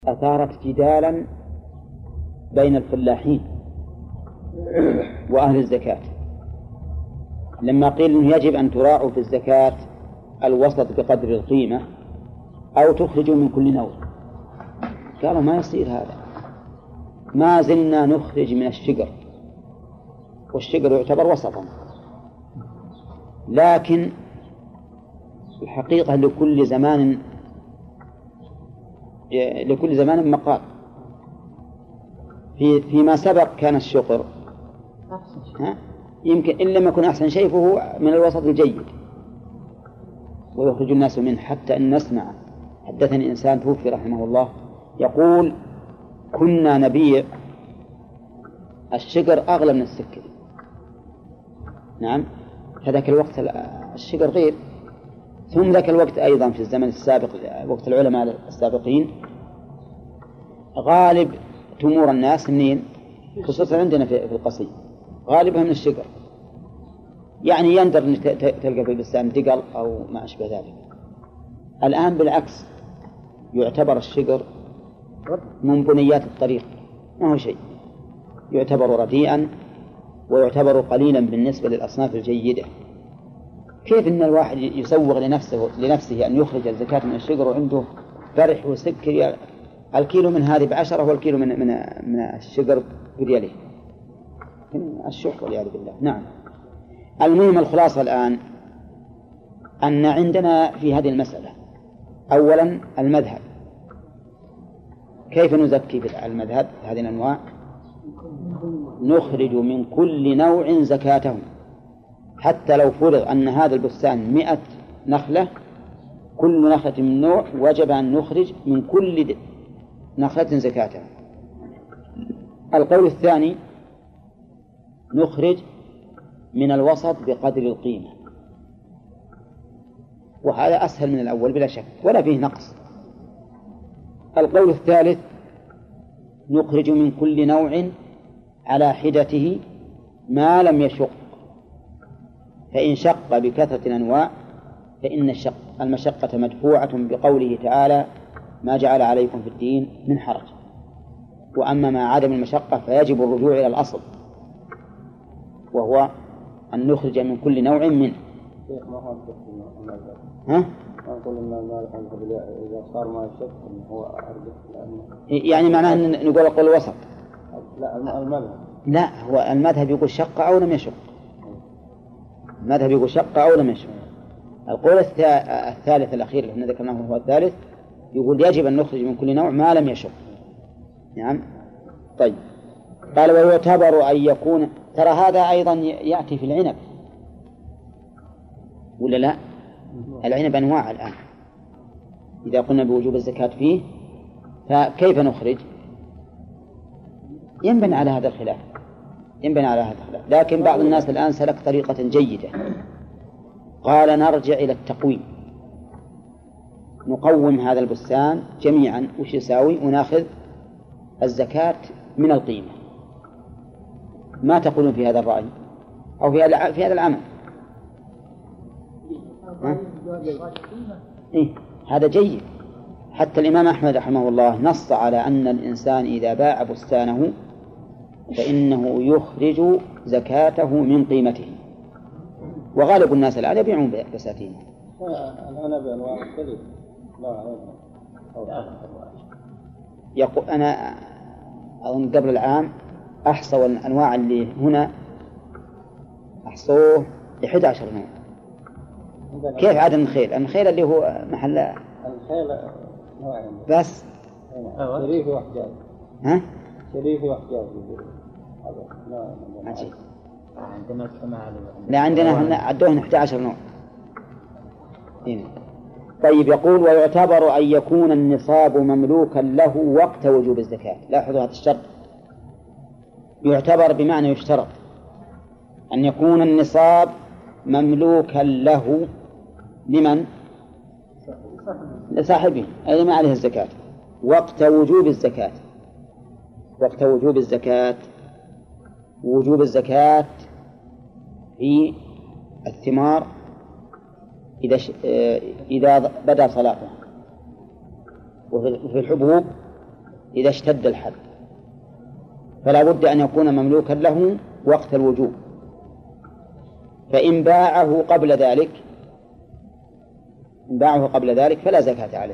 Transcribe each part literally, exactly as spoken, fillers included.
أثارت جدالا بين الفلاحين وأهل الزكاة لما قيل إنه يجب أن تراعوا في الزكاة الوسط بقدر القيمة أو تخرجوا من كل نوع. قالوا ما يصير هذا، ما زلنا نخرج من الشجر والشجر يعتبر وسطا، لكن الحقيقة لكل زمان لكل زمان مقال. في فيما سبق كان الشقر ها؟ يمكن إن لم يكن أحسن شيء فهو من الوسط الجيد ويخرج الناس منه. حتى أن نسمع، حدثني إنسان توفي رحمه الله يقول كنا نبيع الشجر أغلى من السكر. نعم، هذاك الوقت الشجر غير. ثم ذاك الوقت أيضا في الزمن السابق وقت العلماء السابقين غالب تمور الناس منين؟ خصوصا عندنا في القصيم غالبها من الشجر، يعني يندر أن تلقى في البستان دقل أو ما أشبه ذلك. الآن بالعكس، يعتبر الشجر من بنيات الطريق، ما هو شيء، يعتبر رديئا ويعتبر قليلا بالنسبة للأصناف الجيدة. كيف إن الواحد يسوغ لنفسه لنفسه أن يخرج الزكاة من الشجر وعنده فرح وسكر؟ الكيلو من هذه بعشرة والكيلو من من من الشجر بريالين. الشح والعياذ بالله. نعم. المهم الخلاصة الآن أن عندنا في هذه المسألة أولا المذهب، كيف نزكي في المذهب هذه الأنواع؟ نخرج من كل نوع زكاته، حتى لو فرض أن هذا البستان مئة نخلة، كل نخلة من نوع وجب أن نخرج من كل نخلة زكاتها. القول الثاني نخرج من الوسط بقدر القيمة، وهذا أسهل من الأول بلا شك ولا فيه نقص. القول الثالث نخرج من كل نوع على حدته ما لم يشق، فإن شق بكثرة الأنواع فإن الشق المشقة مدفوعة بقوله تعالى ما جعل عليكم في الدين من حرج. وأما ما عدم المشقة فيجب الرجوع إلى الأصل، وهو أن نخرج من كل نوع منه. ها؟ إذا صار ما يشق هو يعني معناه أن نقول قول الوسط. لا المذهب لا هو المذهب يقول شق أو لم يشق. المذهب يقول شق أو لم يشق. القول الثالث الأخير اللي ذكرناه هو الثالث، يقول يجب أن نخرج من كل نوع ما لم يشق. نعم. طيب، قال ويعتبر أن يكون، ترى هذا أيضا يأتي في العنب ولا لا؟ العنب أنواع الآن، إذا قلنا بوجوب الزكاة فيه فكيف نخرج؟ ينبني على هذا الخلاف، ينبني على هذا الخلاف. لكن بعض الناس الآن سلك طريقة جيدة، قال نرجع إلى التقويم، نقوم هذا البستان جميعا وش يساوي وناخذ الزكاة من القيمة. ما تقولون في هذا الرأي أو في هذا في هذا العمل؟ إيه؟ هذا جيد. حتى الإمام أحمد رحمه الله نص على أن الإنسان إذا باع بستانه فإنه يخرج زكاته من قيمته، وغالب الناس الآن يبيعون بساتين. أنا بأنواع مختلفة. يقول أنا أظن قبل العام أحصوا الأنواع اللي هنا أحصوه إحدى عشر نوع. كيف عدد النخيل؟ النخيل اللي هو محل النخيل نوعين بس شريف وحجاج. ها؟ شريف وحجاج. عجيب. عندنا السماع لا عندنا عدوهن إحدى عشر نوع. إيه. طيب، يقول ويعتبر أن يكون النصاب مملوكا له وقت وجوب الزكاة. لاحظوا هذا الشرط، يعتبر بمعنى يشترط أن يكون النصاب مملوكا له لمن؟ لصاحبه، أي ما عليه الزكاة وقت وجوب الزكاة. وقت وجوب الزكاة، وجوب الزكاة في الثمار إذا ش... إذا بدأ صلاحها، وفي الحبوب إذا اشتد الحد، فلا بد أن يكون مملوكا له وقت الوجوب. فإن باعه قبل ذلك إن باعه قبل ذلك فلا زكاة عليه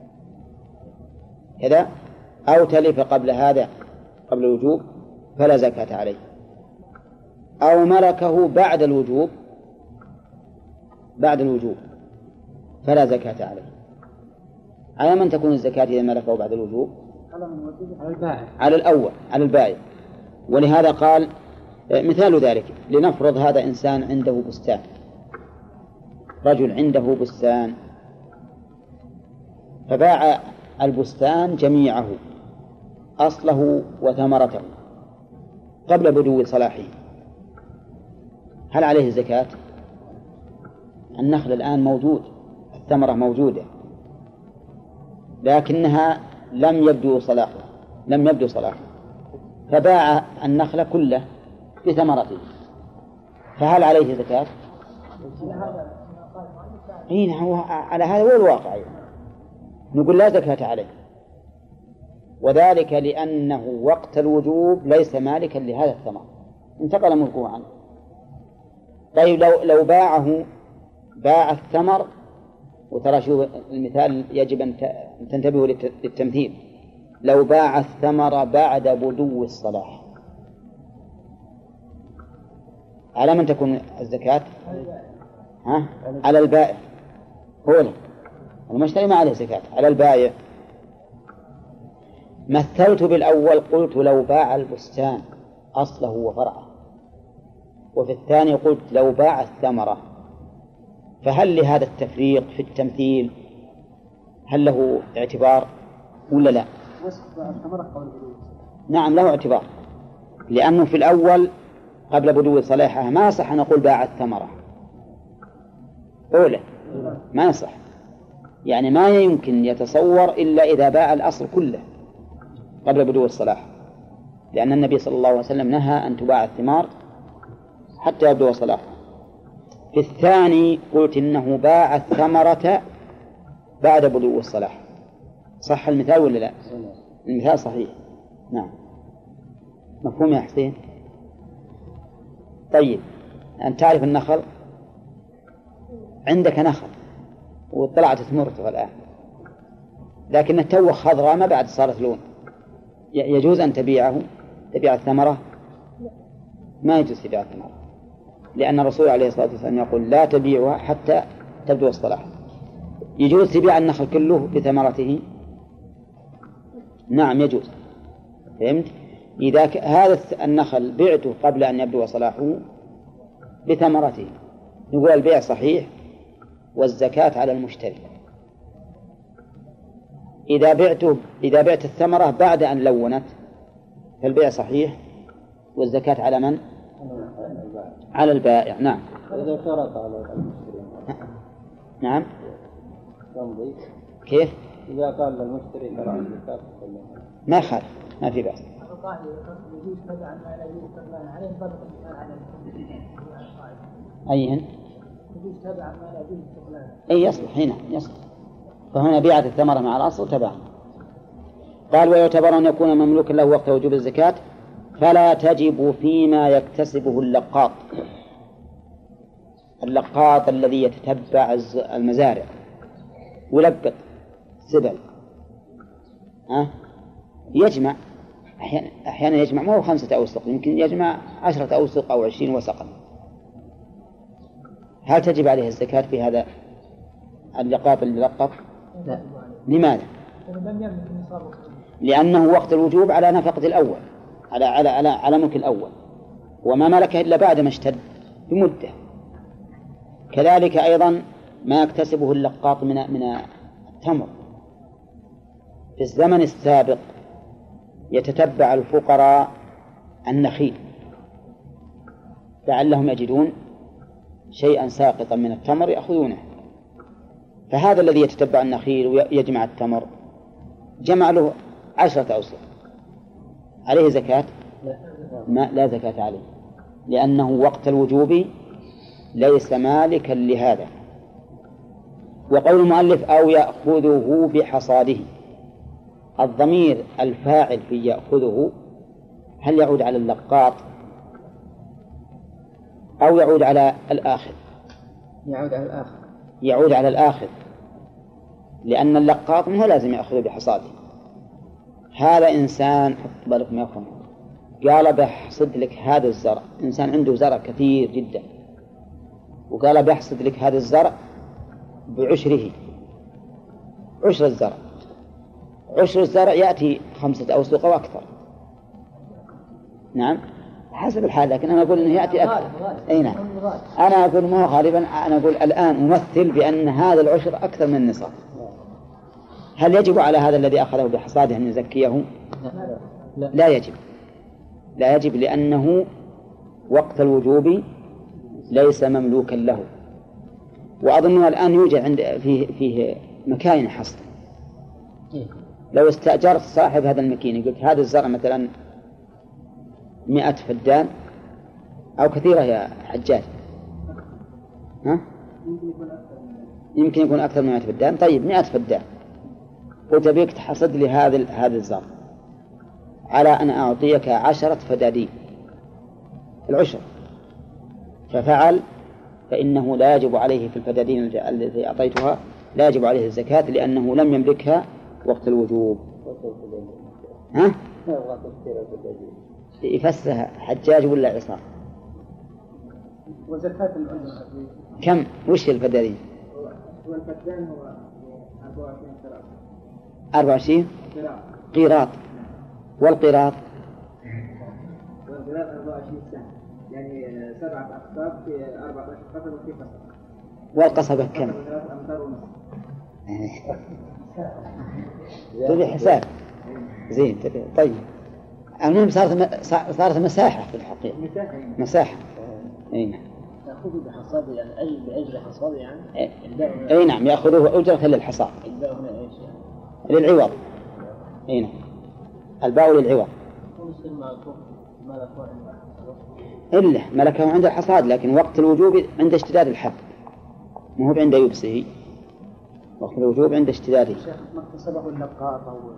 كذا، أو تلف قبل هذا قبل الوجوب فلا زكاة عليه، أو ملكه بعد الوجوب بعد الوجوب فلا زكاة عليه. على من تكون الزكاة إذا ملكه بعد الوجوب؟ على البائع، على الأول، على البائع. ولهذا قال مثال ذلك، لنفرض هذا إنسان عنده بستان، رجل عنده بستان فباع البستان جميعه أصله وثمرته قبل بدو صلاحه، هل عليه الزكاة؟ النخل الآن موجود، الثمرة موجودة، لكنها لم يبدو صلاحها لم يبدو صلاحها فباع النخل كله بثمرته، فهل عليه زكاة؟ إيه نعم، على هذا هو الواقع، نقول لا زكاة عليه، وذلك لأنه وقت الوجوب ليس مالكا لهذا الثمر، انتقل ملكه عنه. طيب لو لو باعه باع الثمر، وترى شوف المثال يجب أن تنتبهوا للتمثيل، لو باع الثمر بعد بدو الصلاح على من تكون الزكاة؟ ها؟ على البائع، هو المشتري ما عليه زكاة، على البائع. مثلت بالأول قلت لو باع البستان أصله وفرعه، وفي الثاني قلت لو باع الثمرة، فهل لهذا التفريق في التمثيل هل له اعتبار ولا لا؟ نعم له اعتبار، لأنه في الأول قبل بدو صلاحها ما يصح أن نقول باع الثمرة أولى، ما يصح، يعني ما يمكن يتصور إلا إذا باع الأصل كله قبل بدو الصلاح، لأن النبي صلى الله عليه وسلم نهى أن تباع الثمار حتى يبدو صلاحها. في الثاني قلت إنه باع الثمرة بعد بدو الصلاح، صح المثال ولا لا؟ المثال صحيح، نعم. مفهوم يا حسين؟ طيب، أن تعرف النخل، عندك نخل وطلعت ثمرته الآن، لكن التوه خضراء ما بعد صارت لون، يجوز أن تبيعه تبيع الثمرة؟ ما يجوز تبيع الثمرة، لأن الرسول عليه الصلاة والسلام يقول لا تبيعها حتى تبدو الصلاح. يجوز تبيع النخل كله بثمرته؟ نعم يجوز، فهمت؟ إذا هذا النخل بعته قبل أن يبدو صلاحه بثمرته نقول البيع صحيح والزكاة على المشتري. إذا بعته إذا بعت الثمرة بعد أن لونت فالبيع صحيح والزكاة على من؟ على البائع. نعم. إذا شرط على المشتري. نعم. كيف؟ إذا قال للمشتري ترى الزكاة ما خالف، ما في بأس. أيهن؟ أي يصلح هنا يصلح، فهنا بيعت الثمرة مع الأصل تبعا. قال ويعتبر أن يكون مملوكا له وقت وجوب الزكاة فلا تجب فيما يكتسبه اللقاط. اللقاط الذي يتتبع المزارع ولقط سبل، ها يجمع أحيانا أحيانا يجمع مو خمسة أوسق، يمكن يجمع عشرة أوسق أو عشرين وسقا، هل تجب عليه الزكاة في هذا اللقاط اللي لقط؟ لا. لماذا؟ لأنه وقت الوجوب على نفقة الأول، على على على على ملك الأول، وما ملكه إلا بعد ما اشتد بمدة. كذلك أيضا ما يكتسبه اللقاط من من التمر. في الزمن السابق يتتبع الفقراء النخيل لعلهم يجدون شيئا ساقطا من التمر يأخذونه، فهذا الذي يتتبع النخيل ويجمع التمر جمع له عشرة أوسق، عليه زكاة؟ ما لا زكاة عليه، لأنه وقت الوجوب ليس مالكا لهذا. وقول المؤلف أو يأخذه بحصاده، الضمير الفاعل في يأخذه هل يعود على اللقاط أو يعود على الآخذ؟ يعود على الآخر. يعود على الآخذ، لأن اللقاط مو لازم يأخذه بحصاده. هذا إنسان حط بالكم يا أخوان، قال بحصد لك هذا الزرع، إنسان عنده زرع كثير جدا وقال بحصد لك هذا الزرع بعشره، عشر الزرع، عشر الزرع يأتي خمسة أوسق وأكثر. نعم حسب الحال، لكن أنا أقول إنه يأتي أكثر. أي نعم، أنا أقول ما هو غالبا، أنا أقول الآن أمثل بأن هذا العشر أكثر من النصاب. هل يجب على هذا الذي أخذه بحصاده أن يزكيه؟ لا. لا يجب، لا يجب، لأنه وقت الوجوب ليس مملوكا له. وأظن الآن يوجد عند فيه فيه مكاين حصد. لو استأجرت صاحب هذا المكين قلت هذا الزرع مثلا مئة فدان أو كثيرة يا حجاج، ها؟ يمكن يكون أكثر من مئة فدان. طيب مئة فدان، قلت بيك تحصد لي هذا هذا الزرع على أن أعطيك عشرة فدادين العشر، ففعل، فإنه لا يجب عليه في الفدادين التي أعطيتها لا يجب عليه الزكاة، لأنه لم يملكها وقت الوجوب. ها؟ يفسرها حجاج ولا عصام؟ وزكاة كم؟ وش الفدادين؟ هو الفدان هو أربعة وعشرين قيراط. أربعة وعشرين قيراط. والقيراط والقيراط أربعة وعشرين سنة، يعني سبعة أقطاب في أربعة عشر قطر وفي قطر. والقصبة كم؟ ثلاثة أمتار ونصف. تبي حساب زين. طيب المهم صارت صارت مساحة في الحقيقة، مساحة. أي نعم. يأخذوا بحصاد يعني أي بأجر حصاد يعني. أي نعم، يأخذوه أجرة للحصاد. الباء هنا إيش يعني؟ للعوض. أي نعم، الباء للعوض. إلا ملكه عند الحصاد، لكن وقت الوجوب عند اشتداد الحب، مو هو عند يبسه. وقت الوجوب عند اشتداده. ما اكتسبه اللقاط أو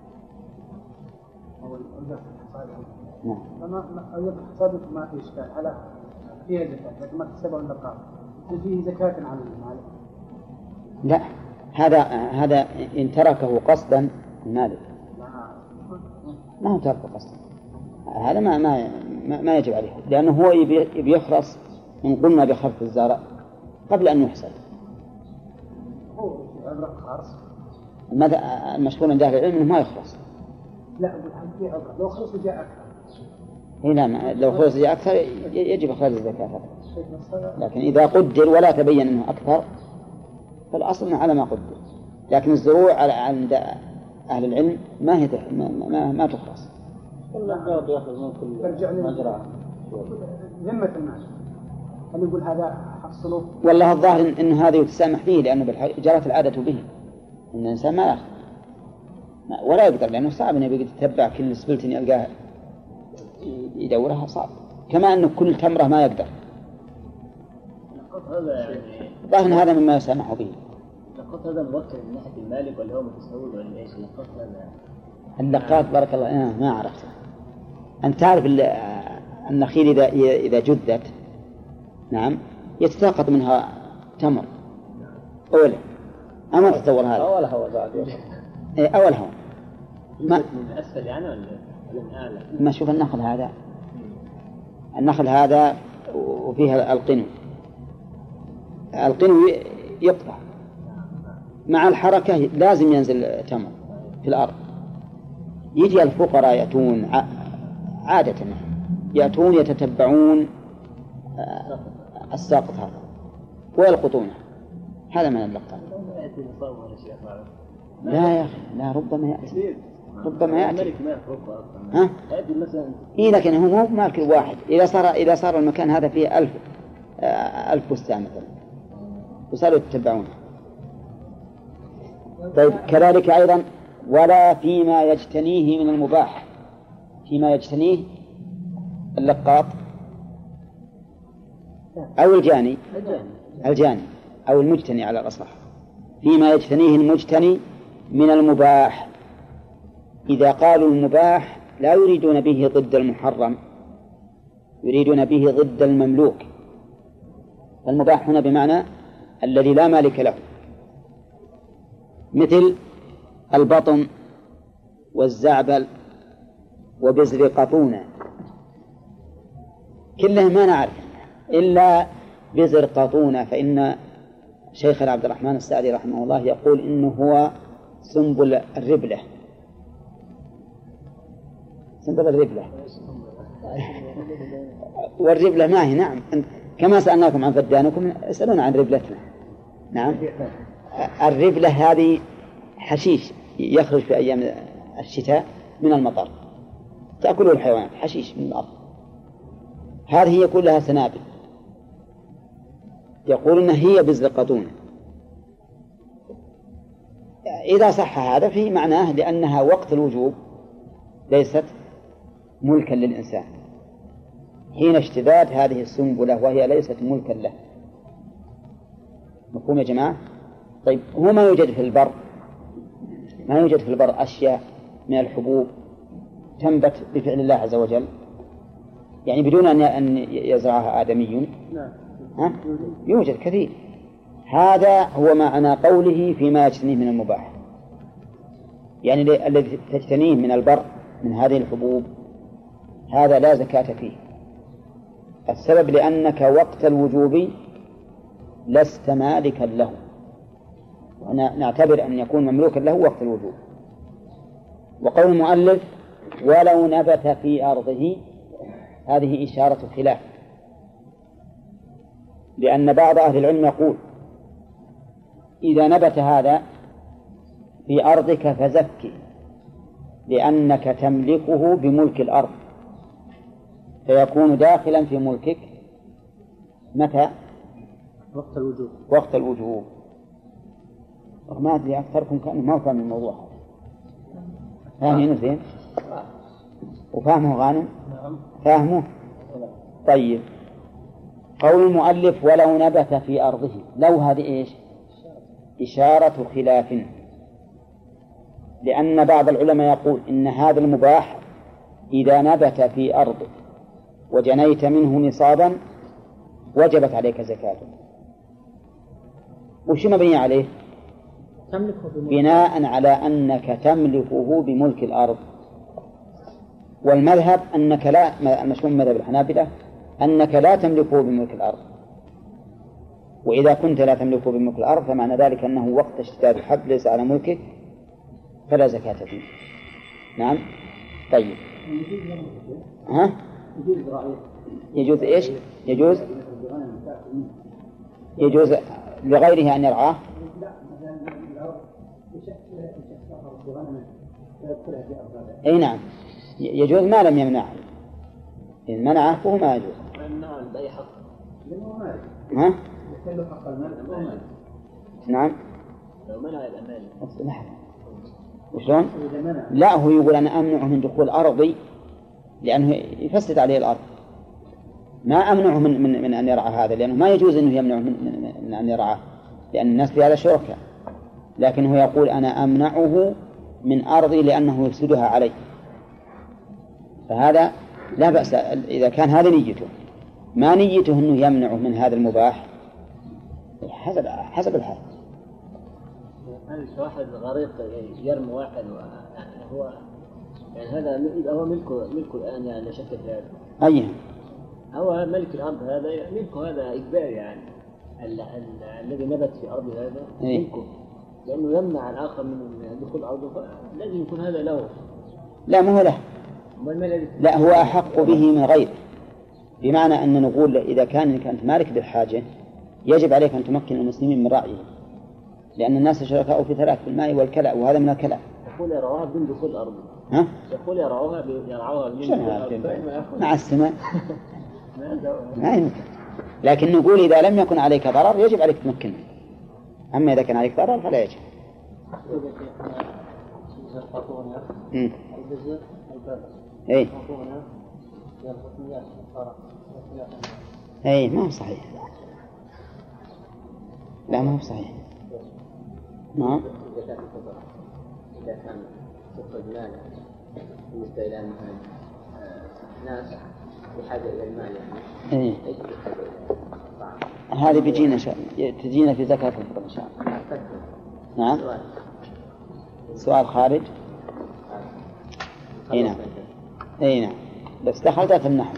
أو الأجر الحصاد. نعم. فما أجر الحصاد ما في إشكال، على فيها زكاة، لكن ما اكتسبه اللقاط هل فيه زكاة على المالك؟ لا، هذا هذا إن تركه قصدا المالك ما هو تركه قصدا، هذا ما ما ما يجب عليه، لأنه هو يبي يخلص إن قلنا بخلف الزرع قبل أن يحصد. هو أبرق خارص. ماذا المشهور عند أهل العلم إنه ما يخلص. لا في أبرق، لو خلص جاء أكثر. إيه لا، لو خلص جاء أكثر يجب إخراج الزكاة، لكن إذا قدر ولا تبين أنه أكثر فالأصل على ما قدر. لكن الزروع عند أهل العلم ما هي ما ما, ما تخلص. والله يأخذ من كل مزرعة ذمة الناس. هل يقول هذا حصله؟ والله الظاهر إن, إن هذا يتسامح فيه، لأنه جرت العادة به إن الإنسان ما يأخذ ولا يقدر، لأنه صعب إنه يتبع كل سبلة يلقاه يدورها، صعب. كما أنه كل تمرة ما يقدر. هذا يعني ظاهر هذا مما يسامح به. اللقاط هذا موكل من ناحية المالك ولا هو متسول ولا إيش اللقاط هذا؟ اللقاط بارك الله آه ما عرفت. أنت تعرف النخيل إذا إذا جذت نعم يتساقط منها تمر أولا، أما تتصور هذا أول هو بعد إيه أول هو ما من أسفل يعني ولا من أعلى؟ ما شوف النخل هذا، النخل هذا وفيها القنو، القنو يقطع مع الحركة لازم ينزل تمر في الأرض. يجي الفقراء يأتون عادة يأتون يتتبعون الساقط هذا ويلقطونه، هذا من اللقطات. لا يا أخي لا، ربما يأتي ربما يأتي ها؟ إيه لكن هو مو مالك واحد. إذا صار إذا صار المكان هذا فيه ألف ألف بستان مثلا وصاروا يتتبعونه. طيب كذلك أيضا ولا فيما يجتنيه من المباح، فيما يجتنيه اللقاط أو الجاني الجاني أو المجتني على الأصح، فيما يجتنيه المجتني من المباح إذا قالوا المباح لا يريدون به ضد المحرم، يريدون به ضد المملوك. فالمباح هنا بمعنى الذي لا مالك له، مثل البطن والزعبل وبزر قطونة، كلها ما نعرف إلا بزر قطونة، فإن شيخ عبد الرحمن السعدي رحمه الله يقول إنه هو سنبل الربلة. سنبل الربلة والربلة ما هي. نعم، كما سألناكم عن فدانكم اسألون عن ربلتنا. نعم، الربلة هذه حشيش يخرج في أيام الشتاء من المطر، تأكله الحيوانات، حشيش من الأرض، هذه هي كلها سنابل. يقولون هي بزر قطونة. إذا صح هذا في معناه لأنها وقت الوجوب ليست ملكا للإنسان، حين اشتداد هذه السنبلة وهي ليست ملكا له. مفهوم يا جماعة؟ طيب، هو ما يوجد في البر، ما يوجد في البر أشياء من الحبوب تنبت بفعل الله عز وجل، يعني بدون أن يزرعها آدمي. ها؟ يوجد كثير. هذا هو معنى قوله فيما يجتنيه من المباح، يعني الذي تجتنيه من البر من هذه الحبوب هذا لا زكاة فيه. السبب لأنك وقت الوجوب لست مالكا له، ونعتبر أن يكون مملوكا له وقت الوجوب. وقول المؤلف ولو نبت في أرضه هذه إشارة خلاف، لأن بعض أهل العلم يقول إذا نبت هذا في أرضك فزكه، لأنك تملكه بملك الأرض، فيكون داخلا في ملكك متى؟ وقت الوجوب. وقت الوجوب. ما أدري أكثركم كأنه ما فهم الموضوع هذا. فاهمين زين؟ وفاهمه غانم؟ فاهمه؟ طيب، قول المؤلف ولو نبت في أرضه، لو هذه إيش؟ إشارة خلاف، لأن بعض العلماء يقول إن هذا المباح إذا نبت في أرضه وجنيت منه نصابا وجبت عليك زكاته. وش مبني عليه؟ بناء على أنك تملكه بملك الأرض. والمذهب أنك لا، المشهور مذهب الحنابلة أنك لا تملكه بملك الأرض، وإذا كنت لا تملكه بملك الأرض فمعنى ذلك أنه وقت اشتداد الحب ليس على ملكك فلا زكاة فيه. نعم. طيب، ها؟ يجوز إيش؟ يجوز يجوز لغيره أن يرعاه. أي نعم، يجوز ما لم يمنعه، إن منعه فهو ما يجوز. ها؟ نعم. لو منع الأمان. وشلون؟ لا، هو يقول أنا أمنعه من دخول أرضي لأنه يفسد عليه الأرض، ما أمنعه من, من, من أن يرعى هذا، لأنه ما يجوز أنه يمنعه من, من, من أن يرعاه، لأن الناس في هذا شركاء. لكن هو يقول أنا أمنعه من أرضي لأنه يفسدها علي، فهذا لا بأس إذا كان هذا نيته. ما نيته أنه يمنعه من هذا المباح حسب حسب الحال. هل واحد غريق يرمي واحد يعني هو يعني هذا هو ملكه ملكه الآن، يعني لا شك في هذا. أيه، هو ملك الأرض هذا ملكه، هذا إجباري، يعني الذي نبت في أرض هذا ملكه، لأنه يمنع الآخر من دخول أرضه لازم يكون هذا له. لا، ما هو له، لا هو أحق به من غيره، بمعنى أن نقول إذا كان أنت مالك بالحاجة يجب عليك أن تمكن المسلمين من رأيه، لأن الناس شركاء في ثلاث، في الماء والكلى، وهذا من الكلى. يقول يرعوها بدون دخول الأرض. ها؟ يقول يرعوها يرعوها بدون دخول الأرض مع السماء ما يمكن. لكن نقول إذا لم يكن عليك ضرر يجب عليك تمكنه، أما إذا كان عليك ضرر فلا يجب. امم اي اي ما هو صحيح، لا ما هو صحيح. ما تخرج مال بالنسبة إلى مثلا ناس بحاجة إلى المال يعني إيه. هذه بيجينا شاء تجينا في زكاة الفطر إن شاء الله. نعم. سؤال خارج. اي نعم اي نعم بس دخلتها في النحو.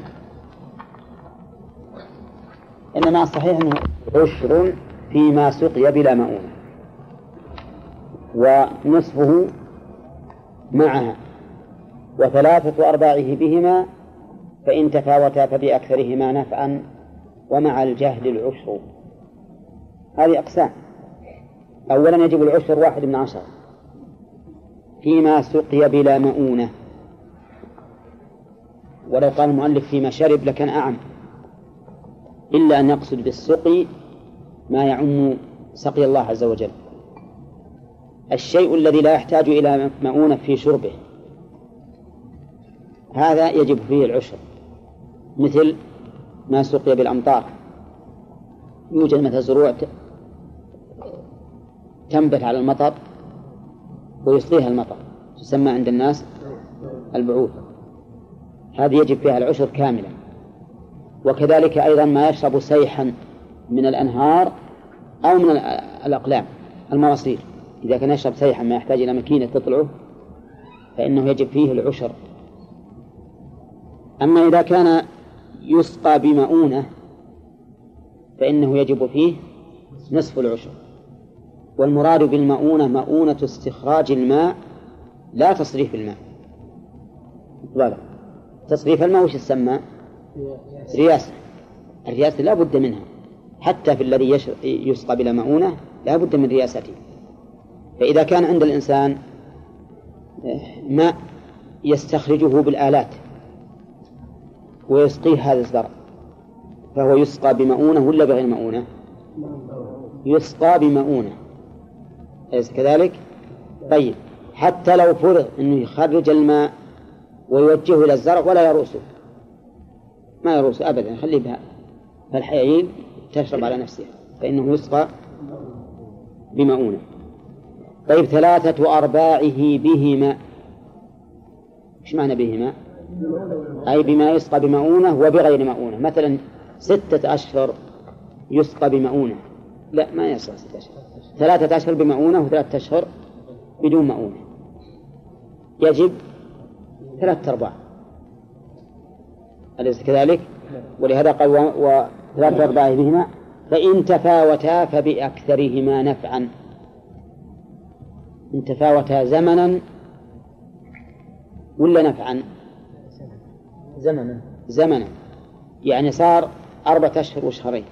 انما الصحيح انه عشر فيما سقي بلا مؤونة ونصفه معها وثلاثة أرباعه بهما فإن تفاوتا فبأكثرهما نفعا ومع الجهل العشر. هذه أقسام. أولا يجب العشر واحد من عشر فيما سقي بلا مؤونة، ولو قال المؤلف فيما شرب لكان أعم، إلا أن يقصد بالسقي ما يعم سقي الله عز وجل. الشيء الذي لا يحتاج إلى مؤونة في شربه هذا يجب فيه العشر، مثل ما سقي بالأمطار. يوجد مثل زروع تنبت على المطر ويسقيها المطر تسمى عند الناس البعوث، هذه يجب فيها العشر كاملا. وكذلك أيضا ما يشرب سيحا من الأنهار أو من الأقلام المراصير، إذا كان يشرب سيحا ما يحتاج إلى ماكينة تطلعه فإنه يجب فيه العشر. أما إذا كان يسقى بمؤونة فإنه يجب فيه نصف العشر. والمراد بالمؤونة مؤونة استخراج الماء لا تصريف الماء. ولا تصريف الماء وش يسمى؟ رياسة. الرياسة لا بد منها، حتى في الذي يسقى بلا مؤونة لا بد من رياسته. فإذا كان عند الإنسان ماء يستخرجه بالآلات ويسقيه هذا الزرع فهو يسقى بمؤونة ولا بغير مؤونة؟ يسقى بمؤونة، أليس كذلك؟ طيب حتى لو فرض أنه يخرج الماء ويوجهه إلى الزرع ولا يروسه، ما يروسه أبدا، يخليه بها فالحياة تشرب على نفسها، فإنه يسقى بمؤونة. طيب ثلاثة أرباعه بهما، إيش معنى بهما؟ أي بما يسقى بمؤونة وبغير مؤونة. مثلا ستة أشهر يسقى بمؤونة، لا ما يسقى ستة أشهر، ثلاثة أشهر بمؤونة وثلاثة أشهر بدون مؤونة، يجب ثلاثة أرباع، أليس كذلك؟ ولهذا قال وثلاثة أرباع بهما فإن تفاوتا فبأكثرهما نفعا. إن تفاوتا زمنا ولا نفعا؟ زمنا. زمنا يعني صار أربعة أشهر وشهرين،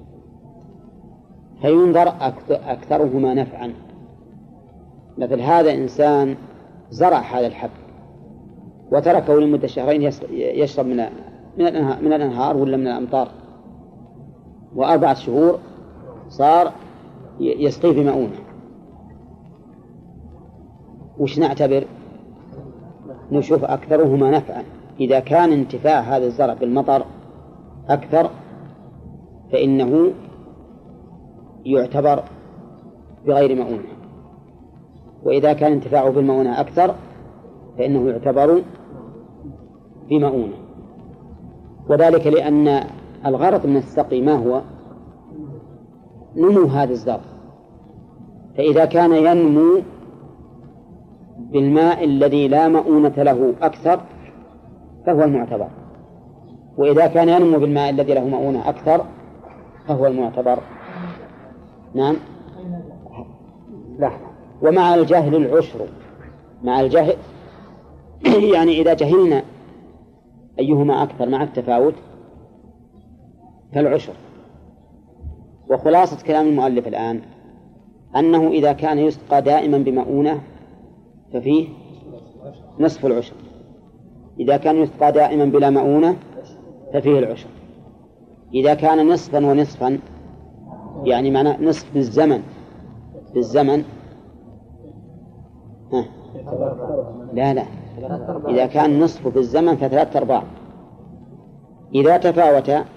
فينظر أكثرهما نفعا. مثل هذا إنسان زرع هذا الحب وتركه لمدة شهرين يشرب من من الأنهار, من الأنهار ولا من الأمطار، وأربعة شهور صار يسقي بمؤونة، وش نعتبر؟ نشوف أكثرهما نفعا. إذا كان انتفاع هذا الزرع بالمطر أكثر فإنه يعتبر بغير مؤونة، وإذا كان انتفاعه بالمؤونة أكثر فإنه يعتبر بمؤونة. وذلك لأن الغرض من السقي ما هو؟ نمو هذا الزرع، فإذا كان ينمو بالماء الذي لا مؤونة له أكثر فهو المعتبر، وإذا كان ينمو بالماء الذي له مؤونة أكثر فهو المعتبر. نعم. لا. ومع الجهل العشر، مع الجهل يعني إذا جهلنا أيهما أكثر مع التفاوت فالعشر. وخلاصة كلام المؤلف الآن أنه إذا كان يسقى دائما بمؤونة ففيه نصف العشر، إذا كان يسقى دائما بلا مؤونة ففيه العشر. إذا كان نصفا ونصفا يعني معنى نصف بالزمن بالزمن ها. لا لا إذا كان نصف بالزمن فثلاثة أرباع. إذا تفاوتا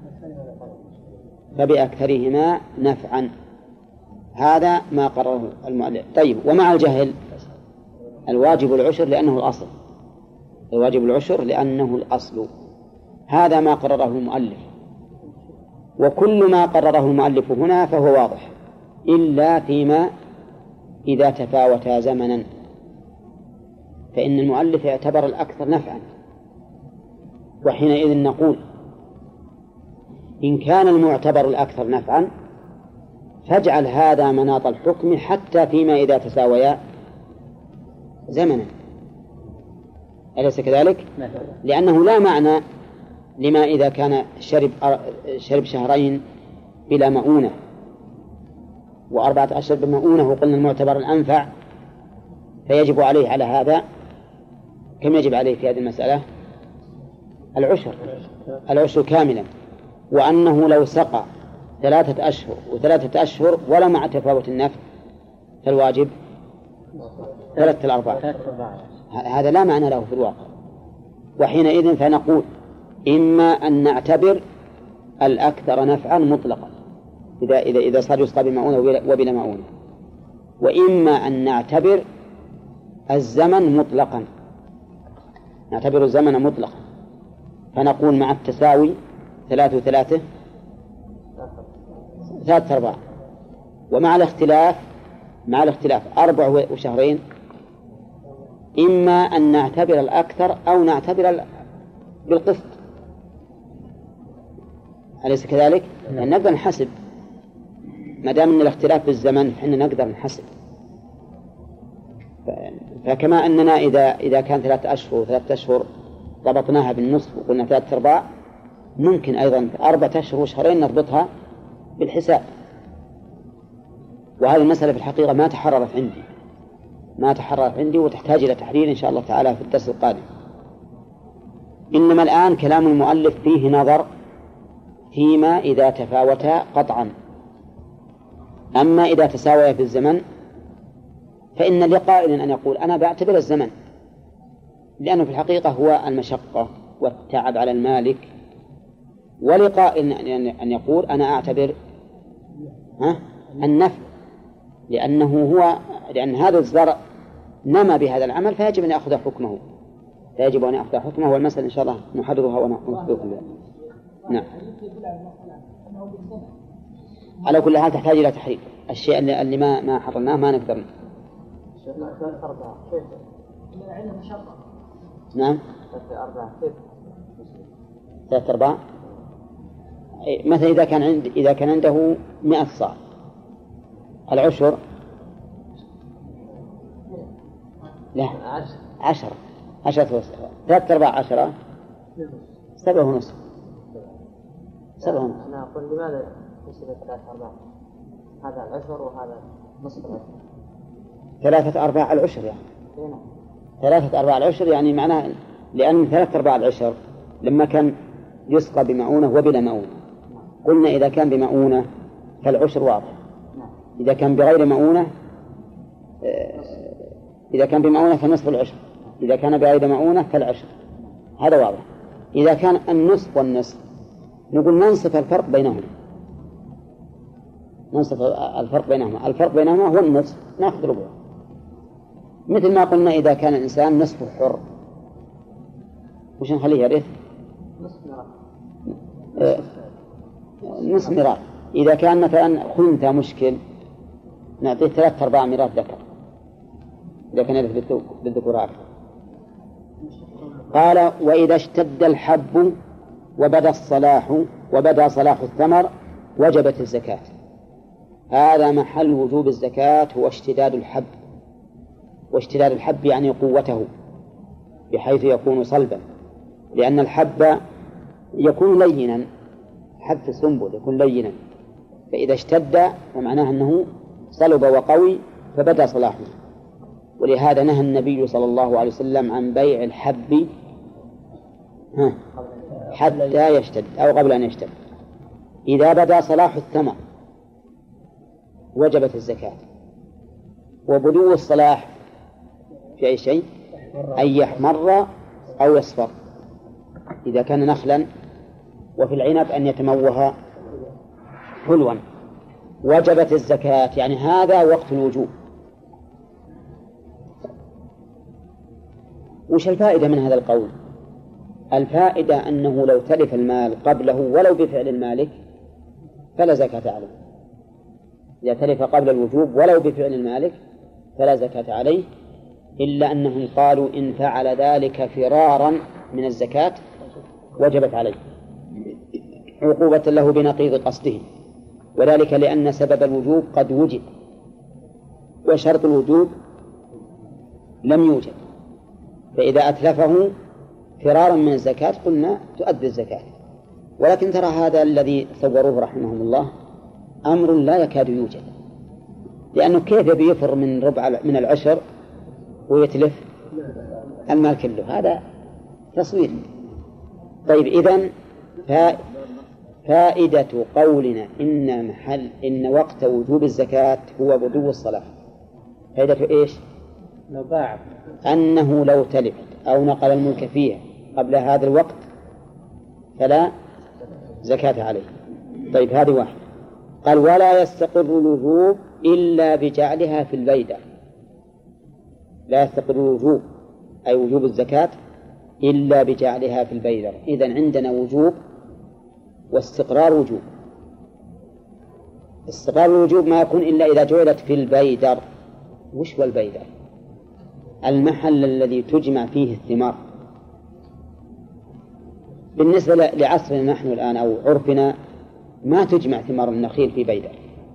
فبأكثرهما نفعا، هذا ما قرره المؤلف. طيب ومع الجهل الواجب العشر لأنه الأصل، الواجب العشر لأنه الأصل. هذا ما قرره المؤلف، وكل ما قرره المؤلف هنا فهو واضح إلا فيما إذا تفاوتا زمنا، فإن المؤلف يعتبر الأكثر نفعا، وحينئذ نقول إن كان المعتبر الأكثر نفعا فاجعل هذا مناط الحكم حتى فيما إذا تساويا زمنا، أليس كذلك؟ لأنه لا معنى لما إذا كان شرب شرب شهرين بلا مؤونة وأربعة أشهر بمؤونة، وقلنا المعتبر الأنفع فيجب عليه على هذا كم يجب عليه في هذه المسألة؟ العشر، العشر كاملا. وأنه لو سقى ثلاثة أشهر وثلاثة أشهر ولا مع تفاوت النفع فالواجب ثلاثة الأرباع. هذا لا معنى له في الواقع. وحينئذ فنقول إما أن نعتبر الأكثر نفعا مطلقا إذا إذا إذا صار يسقى بمؤونة وبلا مؤونة، وإما أن نعتبر الزمن مطلقا، نعتبر الزمن مطلقا فنقول مع التساوي ثلاثة وثلاثة ثلاثة أرباع، ومع الاختلاف مع الاختلاف أربع وشهرين، إما أن نعتبر الأكثر أو نعتبر بالقسط، أليس كذلك؟ يعني نقدر نحسب ما دام أن الاختلاف بالزمن فإحنا نقدر نحسب. فكما أننا إذا إذا كان ثلاثة أشهر وثلاثة أشهر ضبطناها بالنصف وقلنا ثلاثة أرباع، ممكن أيضا أربعة أشهر وشهرين نربطها بالحساب. وهذه المسألة في الحقيقة ما تحررت عندي ما تحررت عندي وتحتاج إلى تحرير إن شاء الله تعالى في الدرس القادم. إنما الآن كلام المؤلف فيه نظر فيما إذا تفاوتا قطعا. أما إذا تساويا في الزمن فإن لقائل أن يقول أنا بعتبر الزمن، لأنه في الحقيقة هو المشقة والتعب على المالك، ولقائل أن يقول أنا أعتبر ها النفع، لأنه هو لأن هذا الزرع نما بهذا العمل فيجب أن يأخذ حكمه فيجب أن يأخذ حكمه والمسألة إن شاء الله نحررها ونخبركم بها. نعم. على كل حال تحتاج إلى تحرير. الشيء اللي, اللي ما ما حررناه ما نقدر. نعم. ثلاثة أرباع. مثلا إذا كان عند إذا كان عنده مئة صاع العشر لا عشرة عشرة ثلاثة أرباع عشرة سبعة ونصف سبعة ونصف. أنا أقول لماذا يصير ثلاثة أرباع؟ هذا العشر وهذا نصف العشر. ثلاثة أرباع العشر يعني هنا. ثلاثة أرباع العشر يعني معناه لأن ثلاثة أرباع العشر لما كان يسقى بمؤونة وبلا مؤونة قلنا إذا كان بمؤونة فالعشر واضح، إذا كان بغير مؤونة إذا كان بمؤونة فنصف العشر، إذا كان بغير مؤونة فالعشر، هذا واضح. إذا كان النصف والنصف نقول ننصف الفرق بينهما ننصف الفرق بينهما الفرق بينهما هو النصف نأخذ ربعه، مثل ما قلنا إذا كان الإنسان نصفه حر وش نخليه يرث؟ نصف ميراث. آه نصف ميراث. إذا كان مثلا خنثى مشكل نعطيه ثلاثة أرباع ميراث ذكر إذا كان يرث بالذكور أكثر. قال وإذا اشتد الحب وبدا الصلاح وبدا صلاح الثمر وجبت الزكاة. هذا محل وجوب الزكاة هو اشتداد الحب، واشتداد الحب يعني قوته بحيث يكون صلبا، لأن الحب يكون لينا، حب في السنبل يكون لينا، فإذا اشتد فمعناه أنه صلب وقوي فبدا صلاحه. ولهذا نهى النبي صلى الله عليه وسلم عن بيع الحب حتى يشتد أو قبل أن يشتد. إذا بدا صلاح الثمر وجبت الزكاة. وبدو الصلاح في أي شيء أن يحمر أو يصفر إذا كان نخلا، وفي العنب أن يتموه حلوا. وجبت الزكاة يعني هذا وقت الوجوب. وش الفائدة من هذا القول؟ الفائدة أنه لو تلف المال قبله ولو بفعل المالك فلا زكاة عليه. إذا تلف قبل الوجوب ولو بفعل المالك فلا زكاة عليه، إلا أنهم قالوا إن فعل ذلك فرارا من الزكاة وجبت عليه عقوبة له بنقيض قصده، وذلك لأن سبب الوجوب قد وجد وشرط الوجوب لم يوجد، فإذا أتلفه فرارا من الزكاة قلنا تؤدي الزكاة. ولكن ترى هذا الذي صوروه رحمهم الله أمر لا يكاد يوجد، لأنه كيف بيفر من ربع من العشر ويتلف المال كله؟ هذا تصوير. طيب إذن فائدة قولنا إن محل إن وقت وجوب الزكاة هو بدو الصلاة، فائدة إيش؟ لو باع أنه لو تلفت أو نقل الملك فيها قبل هذا الوقت فلا زكاة عليه. طيب هذه واحد. قال ولا يستقر الوجوب إلا بجعلها في البيدر. لا يستقر الوجوب أي وجوب الزكاة إلا بجعلها في البيدر. إذن عندنا وجوب واستقرار وجوب. استقرار الوجوب ما يكون إلا إذا جعلت في البيدر. وش هو البيدر؟ المحل الذي تجمع فيه الثمار. بالنسبة لعصرنا نحن الآن أو عرفنا ما تجمع ثمار النخيل في بيدر.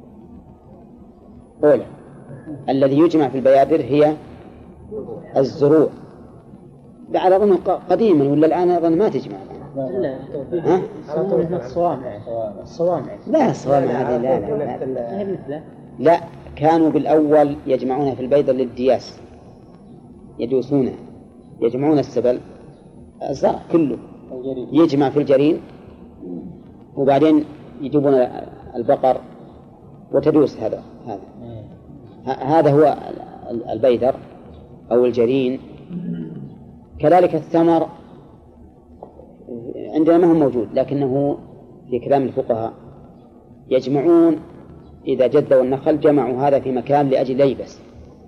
أولا الذي يجمع في البيادر هي الزروع، على أظن قديما ولا الآن أظن ما تجمع. لا الصوامع الصوامع لا الصوامع هذه لا لا, لا, لا. لا كانوا بالأول يجمعونها في البيدر للدياس، يدوسونه يجمعون السبل الزرع كله يجمع في الجرين، وبعدين يجيبون البقر وتدوس هذا هذا هذا هو البيدر أو الجرين. كذلك الثمر عندنا ما هو موجود، لكنه في كلام الفقهاء يجمعون إذا جدوا النخل جمعوا هذا في مكان لأجل ليبس،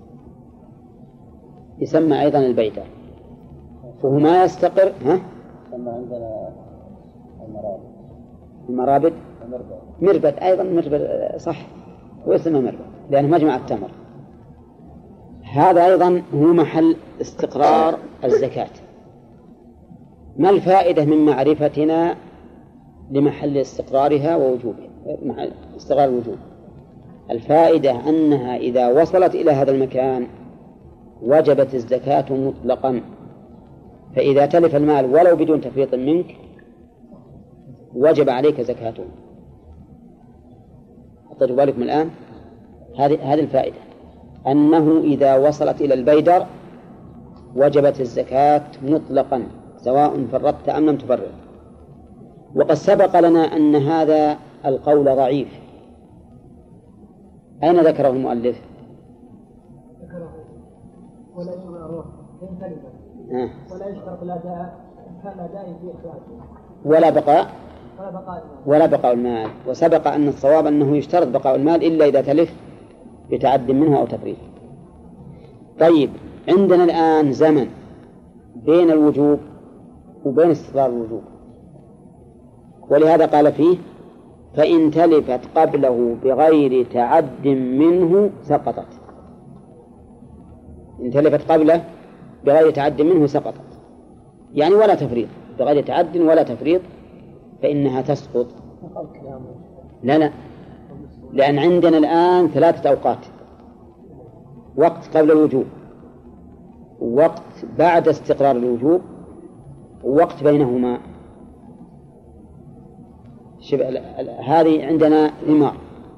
يسمى أيضا البيدر، فهو ما يستقر. ها؟ يسمى عندنا المرابد. المرابد مربد أيضا مربد صح، ويسمى مربد لأنه مجمع التمر. هذا أيضا هو محل استقرار الزكاة. ما الفائدة من معرفتنا لمحل استقرارها ووجوبها؟ محل استقرار الوجوب. الفائدة أنها إذا وصلت إلى هذا المكان وجبت الزكاة مطلقا، فإذا تلف المال ولو بدون تفريط منك وجب عليك زكاته. أعطيت بالكم الآن هذه هذه الفائدة، أنه إذا وصلت إلى البيدر وجبت الزكاة مطلقا سواء فرطت أم لم تفرط. وقد سبق لنا أن هذا القول ضعيف. أين ذكره المؤلف؟ ذكره ولا يشترط إن كلمة ولا يشترط لا داء كان داء في إخراجه ولا بقاء ولا بقاء ولا بقاء المال. وسبق أن الصواب أنه يشترط بقاء المال إلا إذا تلف بتعد منه أو تفريط. طيب عندنا الآن زمن بين الوجوب وبين استقرار الوجوب، ولهذا قال فيه فإن تلفت قبله بغير تعد منه سقطت. إن تلفت قبله بغير تعد منه سقطت، يعني ولا تفريط، بغير تعد ولا تفريط فإنها تسقط. لا لا، لأن عندنا الآن ثلاثة أوقات: وقت قبل الوجوب، وقت بعد استقرار الوجوب، ووقت بينهما. هذه عندنا ثمار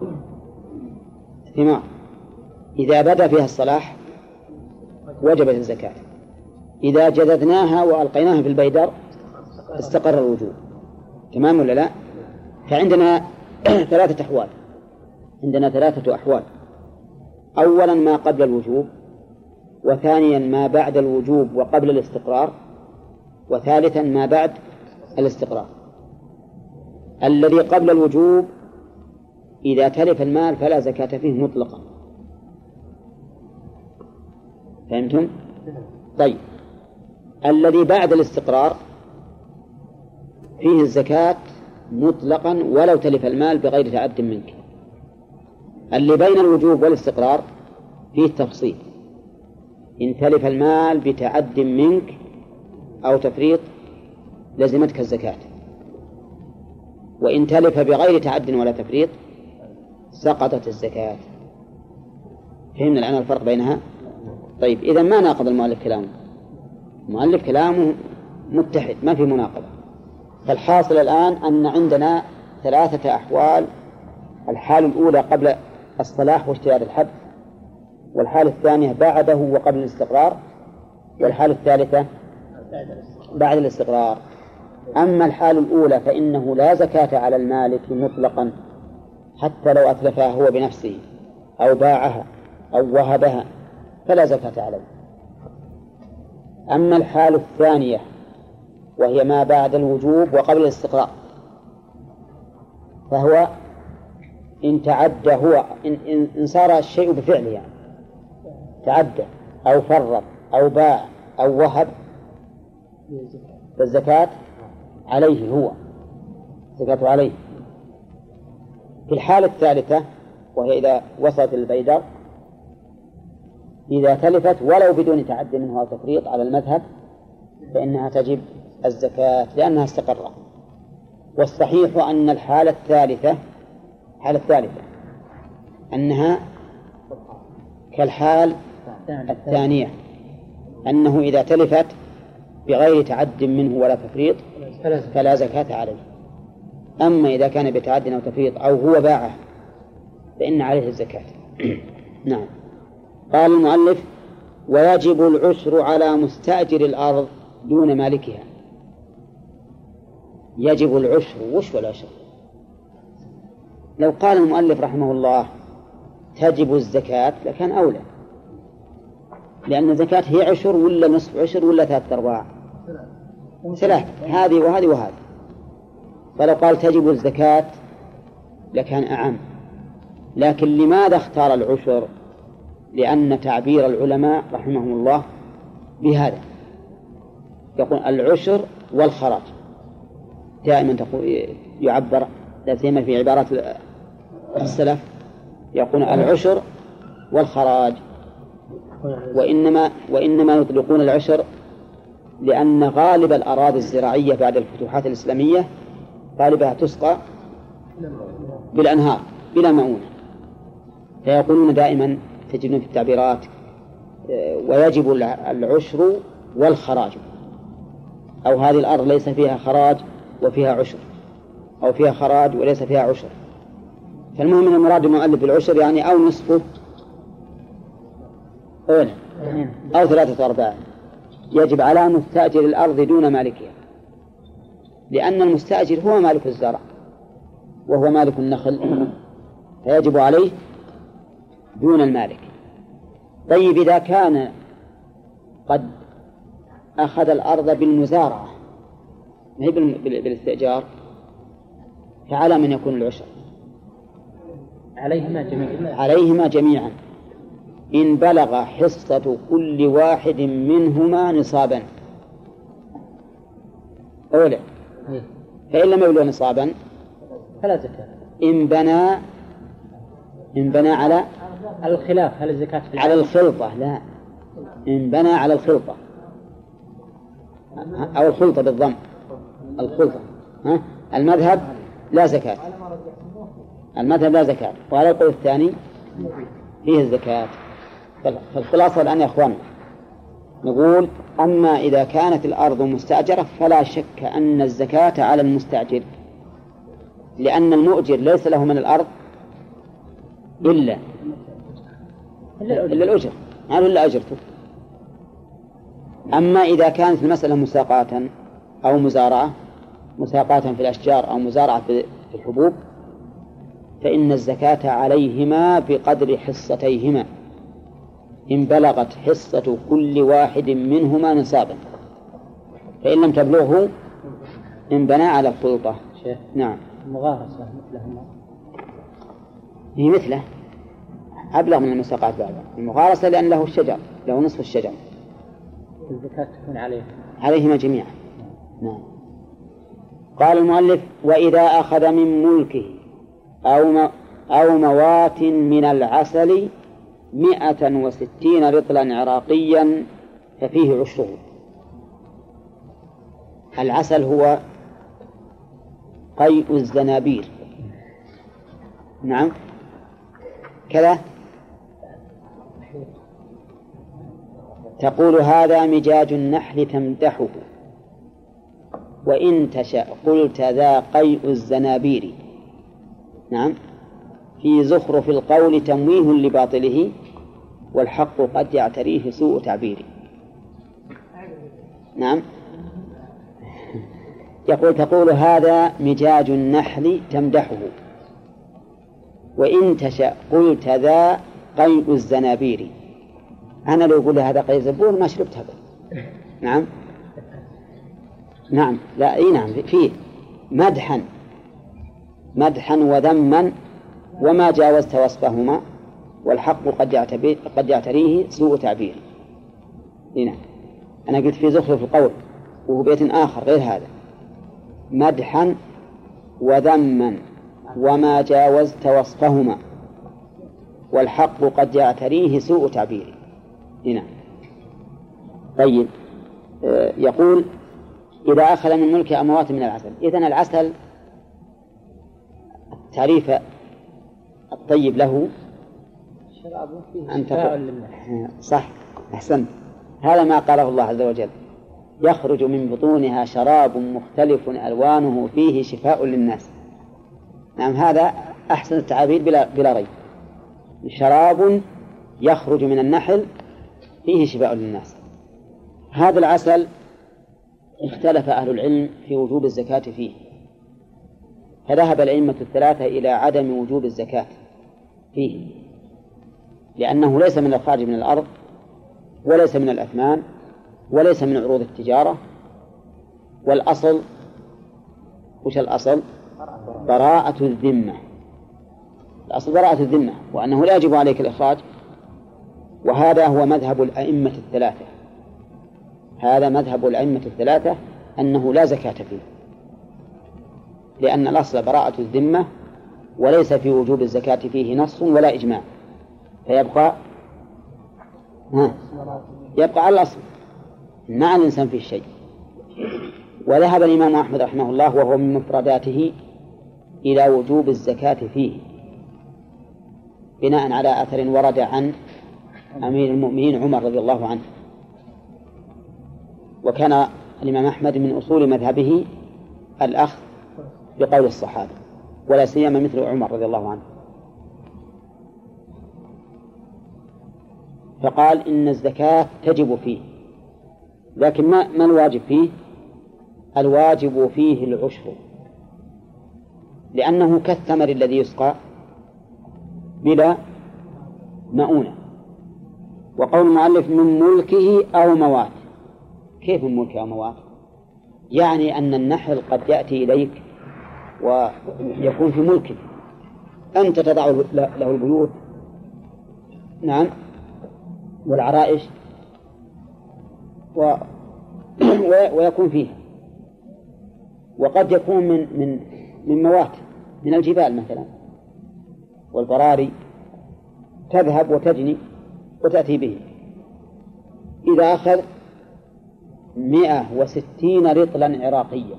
ثمار إذا بدأ فيها الصلاح وجبت الزكاة، إذا جذذناها وألقيناها في البيدر استقر الوجوب. تمام ولا لا؟ فعندنا ثلاثة أحوال، عندنا ثلاثة أحوال: أولا ما قبل الوجوب، وثانيا ما بعد الوجوب وقبل الاستقرار، وثالثا ما بعد الاستقرار. الذي قبل الوجوب إذا تلف المال فلا زكاة فيه مطلقا. فهمتم؟ طيب الذي بعد الاستقرار فيه الزكاة مطلقا ولو تلف المال بغير تعد منك. اللي بين الوجوب والاستقرار فيه تفصيل، إن تلف المال بتعد منك أو تفريط لزمتك الزكاة، وإن تلف بغير تعد ولا تفريط سقطت الزكاة. فهمنا الآن الفرق بينها؟ طيب إذا ما ناقض المؤلف كلامه، المؤلف كلامه متحد ما في مناقضة. فالحاصل الآن أن عندنا ثلاثة أحوال: الحال الأولى قبل الصلاح واشتراط الحد، والحالة الثانية بعده وقبل الاستقرار، والحالة الثالثة بعد الاستقرار. أما الحالة الأولى فإنه لا زكاة على المالك مطلقا حتى لو أتلفها هو بنفسه أو باعها أو وهبها فلا زكاة عليه. أما الحالة الثانية وهي ما بعد الوجوب وقبل الاستقرار فهو إن تعدى هو إن, إن صار الشيء بفعله، يعني تعدى أو فرط أو باع أو وهب فالزكاة عليه، هو الزكاة عليه. في الحالة الثالثة وهي إذا وصلت البيدر إذا تلفت ولو بدون تعد منه أو تفريط على المذهب فإنها تجب الزكاة لأنها استقرت. والصحيح أن الحالة الثالثة الحالة الثالثة أنها كالحال الثانية، أنه إذا تلفت بغير تعد منه ولا تفريط فلا زكاة عليه. أما إذا كان بتعد أو تفريط أو هو باعه فإن عليه الزكاة. نعم. قال المؤلف: ويجب العشر على مستأجر الأرض دون مالكها. يجب العشر، وش والعشر؟ لو قال المؤلف رحمه الله تجب الزكاة لكان أولى، لأن الزكاة هي عشر ولا نصف عشر ولا ثلاثة أرباع ثلاث، هذه وهذه وهذه. فلو قال تجب الزكاة لكان أعم. لكن لماذا اختار العشر؟ لأن تعبير العلماء رحمهم الله بهذا، يقول العشر والخراج. دائما يعبر لا سيما في عبارات السلف يقول العشر والخراج، وإنما وإنما يطلقون العشر لأن غالب الأراضي الزراعية بعد الفتوحات الإسلامية غالبها تسقى بالأنهار بلا مؤونة، فيقولون دائما تجدون في التعبيرات ويجب العشر والخراج، أو هذه الأرض ليس فيها خراج وفيها عشر، أو فيها خراج وليس فيها عشر. فالمهم أن المراد المؤلف بالعشر يعني أو نصفه أو ثلاثة أرباع. يجب على مستأجر الأرض دون مالكها، لأن المستأجر هو مالك الزرع وهو مالك النخل، فيجب عليه دون المالك. طيب إذا كان قد أخذ الأرض بالمزارعة ما هي بالاستئجار فعلى من يكون العشر؟ عليهما جميعا عليهما جميعا إن بلغ حصة كل واحد منهما نصابا أولى، فإن لم يبلغ نصابا فلا زكاة. إن بنى إن بنى على الخلاف هل الزكاة على الخلطة؟ لا، إن بنى على الخلطة أو الخلطة بالضم، الخلطة. ها؟ المذهب لا زكاة، المذهب لا زكاة. وعلى القول الثاني فيه الزكاة. فالخلاصة الآن يا أخوان نقول أما إذا كانت الأرض مستأجرة فلا شك أن الزكاة على المستأجر، لأن المؤجر ليس له من الأرض إلا إلا الأجر، ما له إلا أجرته. أما إذا كانت المسألة مساقاة أو مزارعة، مساقاة في الأشجار أو مزارعة في الحبوب، فإن الزكاة عليهما بقدر حصتيهما إن بلغت حصة كل واحد منهما نصابا، فإن لم تبلغه إن بنى على الخلطة. نعم. المغارسة مثلهما هي مثله أبلغ من المساقات بعد المغارسة لأن له الشجر، له نصف الشجر. الزكاة تكون عليه عليهما جميعا. نعم. قال المؤلف: وإذا أخذ من ملكه أو أو موات من العسل مئة وستين رطلا عراقيا ففيه عشره. العسل هو قيء الزنابير. نعم كذا. تقول: هذا مجاج النحل تمدحه، وإن تشأ قلت ذا قيء الزنابير. نعم. في زخرف القول تمويه لباطله، والحق قد يعتريه سوء تعبير. نعم. يقول تقول: هذا مجاج النحل تمدحه، وإن تشأ قلت ذا قيء الزنابير. أنا لو أقول هذا قيء الزنابير ما شربت هذا. نعم. نعم. لا أي نعم فيه مدحا مدحا وذما وما جاوزت وصفهما، والحق قد قد يعتريه سوء تعبير. نعم. أنا قلت في زخرف القول، وهو بيت آخر غير هذا: مدحا وذما وما جاوزت وصفهما، والحق قد يعتريه سوء تعبير. نعم. طيب. يقول: إذا أخذ من ملك أموات من العسل. إذن العسل التعريف الطيب له أن تقول صح. أحسنت. هذا ما قاله الله عز وجل: يخرج من بطونها شراب مختلف ألوانه فيه شفاء للناس. نعم. هذا أحسن التعابير بلا, بلا ريب. شراب يخرج من النحل فيه شفاء للناس. هذا العسل اختلف أهل العلم في وجوب الزكاة فيه، فذهب الأئمة الثلاثة إلى عدم وجوب الزكاة فيه، لأنه ليس من الخارج من الأرض، وليس من الأثمان، وليس من عروض التجارة. والأصل وش الأصل؟ براءة الذمة. الأصل براءة الذمة، وأنه لا يجب عليك الإخراج. وهذا هو مذهب الأئمة الثلاثة. هذا مذهب الأئمة الثلاثة أنه لا زكاة فيه، لأن الأصل براءة الذمة، وليس في وجوب الزكاة فيه نص ولا إجماع، فيبقى ها يبقى على الأصل مع الإنسان في الشيء. وذهب الإمام أحمد رحمه الله وهو من مفرداته إلى وجوب الزكاة فيه، بناء على أثر ورد عن أمير المؤمنين عمر رضي الله عنه. وكان الإمام أحمد من أصول مذهبه الأخذ بقول الصحابة، ولا سيما مثل عمر رضي الله عنه. فقال إن الزكاة تجب فيه، لكن ما ما الواجب فيه؟ الواجب فيه العشر، لأنه كالثمر الذي يسقى بلا مؤونة. وقول المؤلف من ملكه أو موات. كيف من ملكه أو موات؟ يعني أن النحل قد يأتي إليك ويكون في ملكه، أنت تضع له البيوت، نعم، والعرائش و... ويكون فيها. وقد يكون من من من موات من الجبال مثلا، والبراري تذهب وتجني وتأتي به. إذا أخذ مئة وستين رطلا عراقيا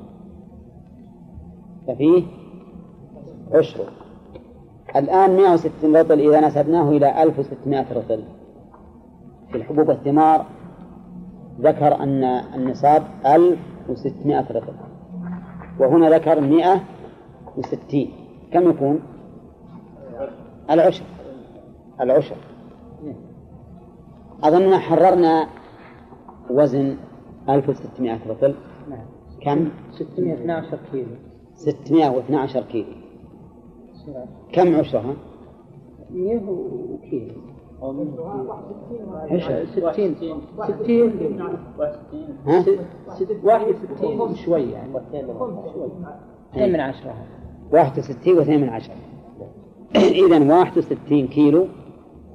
ففيه عشر. الآن مئة وستين رطل إذا نسبناه إلى ألف وستمائة رطل في الحبوب والثمار، ذكر أن النصاب ألف وستمائة رطل، وهنا ذكر مئة وستين. كم يكون؟ العشر. العشر. أظننا حررنا وزن ألف وستمائة رطل. كم؟ ستمائة واثني عشر كيلو. ستمائة واثني عشر كيلو. كم عشرها؟ مئة كيلو. عشرة ستين ستين ها؟ واحد وستين شوي يعني اثنين من عشرة. واحد وستين واثنين من عشرة. إذن واحد وستين كيلو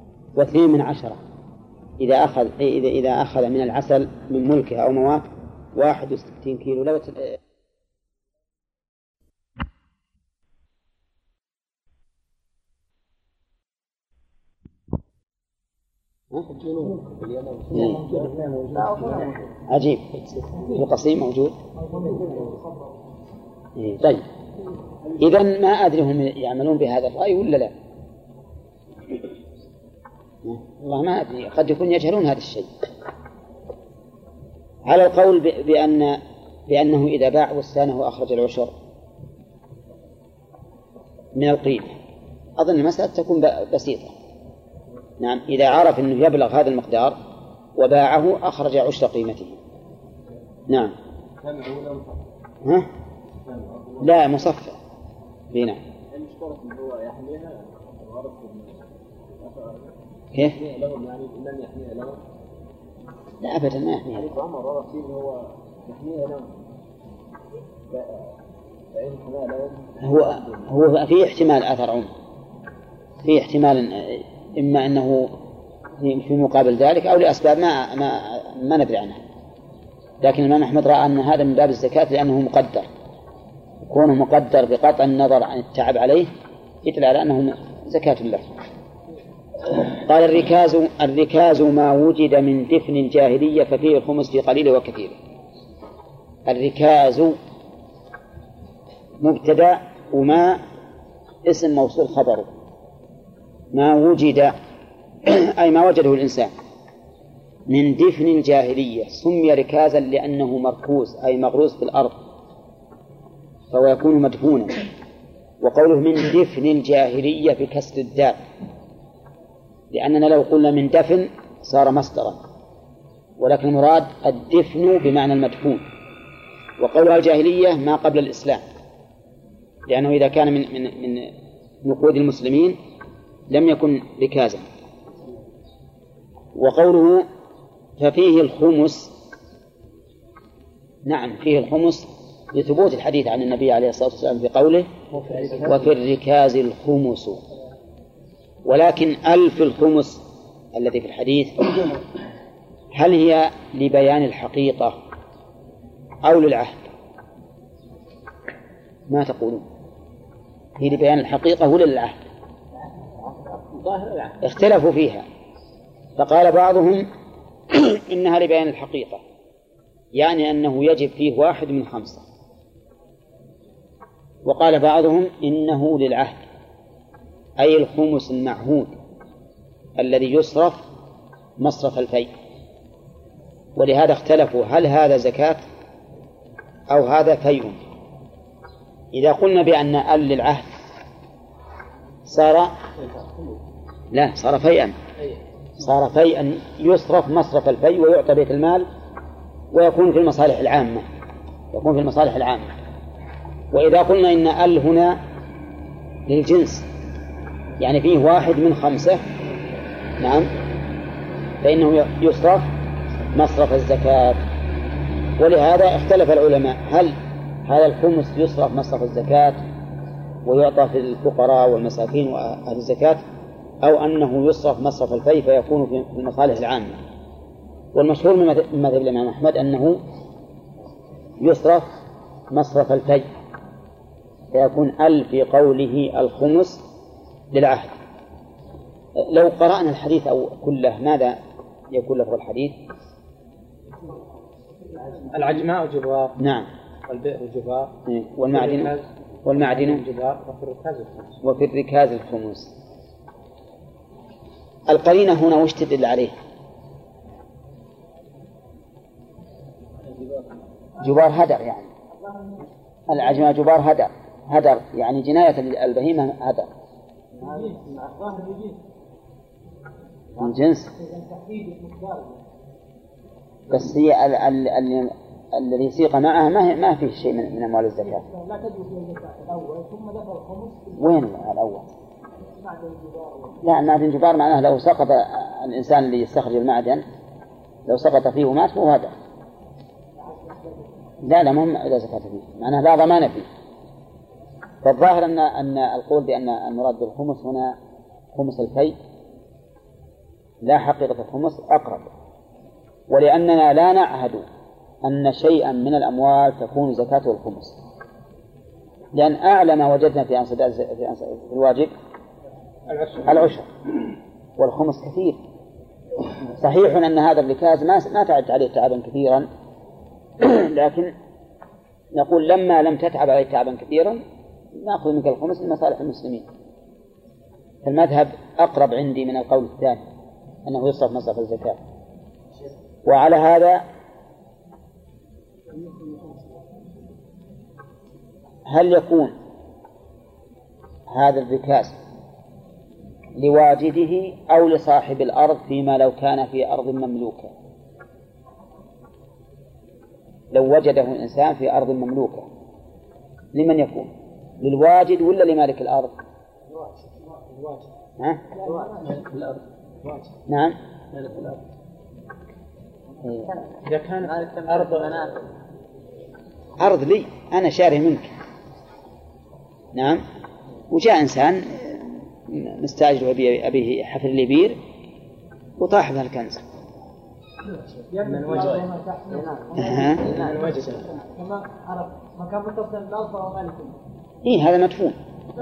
واثنين من عشرة. إذا أخذ إذا إذا أخذ من العسل من ملكه أو موات واحد وستين كيلو لو ت... عجيب. في القصيم موجود. إيه طيب، إذن ما أدري هم يعملون بهذا الرأي ولا لا. والله ما أدري، قد يكون يجهلون هذا الشيء. على القول بأن بأنه إذا باع بستانه وأخرج العشر من القيمة، أظن المسألة تكون بسيطة. نعم، إذا عرف أنه يبلغ هذا المقدار وباعه أخرج عشر قيمته. نعم. ها؟ لا، مصفى. بنا. كيف؟ لا أبدا ما يحميها. هو هو في احتمال آثار عمر، في احتمال إما أنه في مقابل ذلك أو لأسباب ما ما ما ندري عنها، لكن الإمام أحمد رأى أن هذا من باب الزكاة لأنه مقدر، كونه مقدر بقطع النظر عن التعب عليه يدل على أنه زكاة له. قال الركاز الركاز ما وجد من دفن الجاهلية ففيه الخمس في قليل وكثير. الركاز مبتدأ وما اسم موصول خبره. ما وجد أي ما وجده الإنسان من دفن الجاهلية سمي ركازا لأنه مركوز أي مغروس في الأرض فهو يكون مدفونا. وقوله من دفن الجاهلية بكسر الدال، لأننا لو قلنا من دفن صار مصدرا، ولكن المراد الدفن بمعنى المدفون. وقولها الجاهلية ما قبل الإسلام، لأنه إذا كان من من من نقود المسلمين لم يكن ركازا. وقوله ففيه الخمس، نعم فيه الخمس لثبوت الحديث عن النبي عليه الصلاة والسلام في قوله وفي الركاز الخمس. ولكن ألف الخمس الذي في الحديث هل هي لبيان الحقيقة أو للعهد؟ ما تقولون؟ هي لبيان الحقيقة ولا للعهد؟ اختلفوا فيها، فقال بعضهم إنها لبيان الحقيقة، يعني أنه يجب فيه واحد من خمسة. وقال بعضهم إنه للعهد، أي الخمس المعهود الذي يصرف مصرف الفيء. ولهذا اختلفوا هل هذا زكاة أو هذا فيء. إذا قلنا بأن ال للعهد صار لا صار فيئا، صار فيئا يصرف مصرف الفيء ويعطى بيت المال ويكون في المصالح العامة، يكون في المصالح العامة. وإذا قلنا إن ال هنا للجنس يعني فيه واحد من خمسة، نعم، فإنه يصرف مصرف الزكاة. ولهذا اختلف العلماء هل هذا الخمس يصرف مصرف الزكاة ويعطى في الفقراء والمساكين وأهل الزكاة، أو أنه يصرف مصرف الفيء فيكون في المصالح العامة. والمشهور من مذهب الإمام أحمد أنه يصرف مصرف الفيء فيكون ال في قوله الخمس للعهد. لو قرأنا الحديث أو كله ماذا يكون لفظ الحديث؟ العجماء جبار، نعم، والبئر جبار، والمعدن والمعدن جبار، وفي الركاز الخمس. وفي الركاز الخمس. القرينة هنا وش تدل عليه؟ جبار هدر، يعني العجماء جبار هدر، هدر يعني جناية البهيمة هدر من جنس. بس هي ال ال ال الذي سيق معها ما ما فيه شيء من, من أموال الزكاة. لا تجوز الزكاة الأول ثم دفع الخمس. وين الأول؟ لا، المعدن جبار معناه لو سقط الإنسان اللي يستخرج المعدن لو سقط فيه ومات فهو هدر. لا لا مهم إذا زكاة فيه، معناه لا ضمان فيه. فالظاهر أن أن القول بأن المراد بالخمس هنا خمس الفيء لا حقيقة الخمس أقرب، ولأننا لا نعهد أن شيئا من الأموال تكون زكاته الخمس، لأن أعلى ما وجدنا في أنسداد في الواجب العشر، والخمس كثير. صحيح أن هذا الركاز ما ما تعبت عليه تعبا كثيرا، لكن نقول لما لم تتعب عليه تعبا كثيرا نأخذ منك الخمس لمصالح المسلمين. فالمذهب أقرب عندي من القول الثاني أنه يصرف مصرف الزكاة. وعلى هذا هل يكون هذا الركاز لواجده أو لصاحب الأرض فيما لو كان في أرض مملوكة؟ لو وجده الإنسان في أرض مملوكة لمن يكون؟ للواجد ولا لمالك الأرض؟ ها؟ نعم. إذا كان أرض أرض لي أنا شاري منك، نعم، وجاء إنسان مستأجر وأبيه أبيه حفر لي بير وطاح بها الكنز. من وجه من وجه كما عرف مكان متصل بالأرض وهو مالك. إيه هذا مدفون.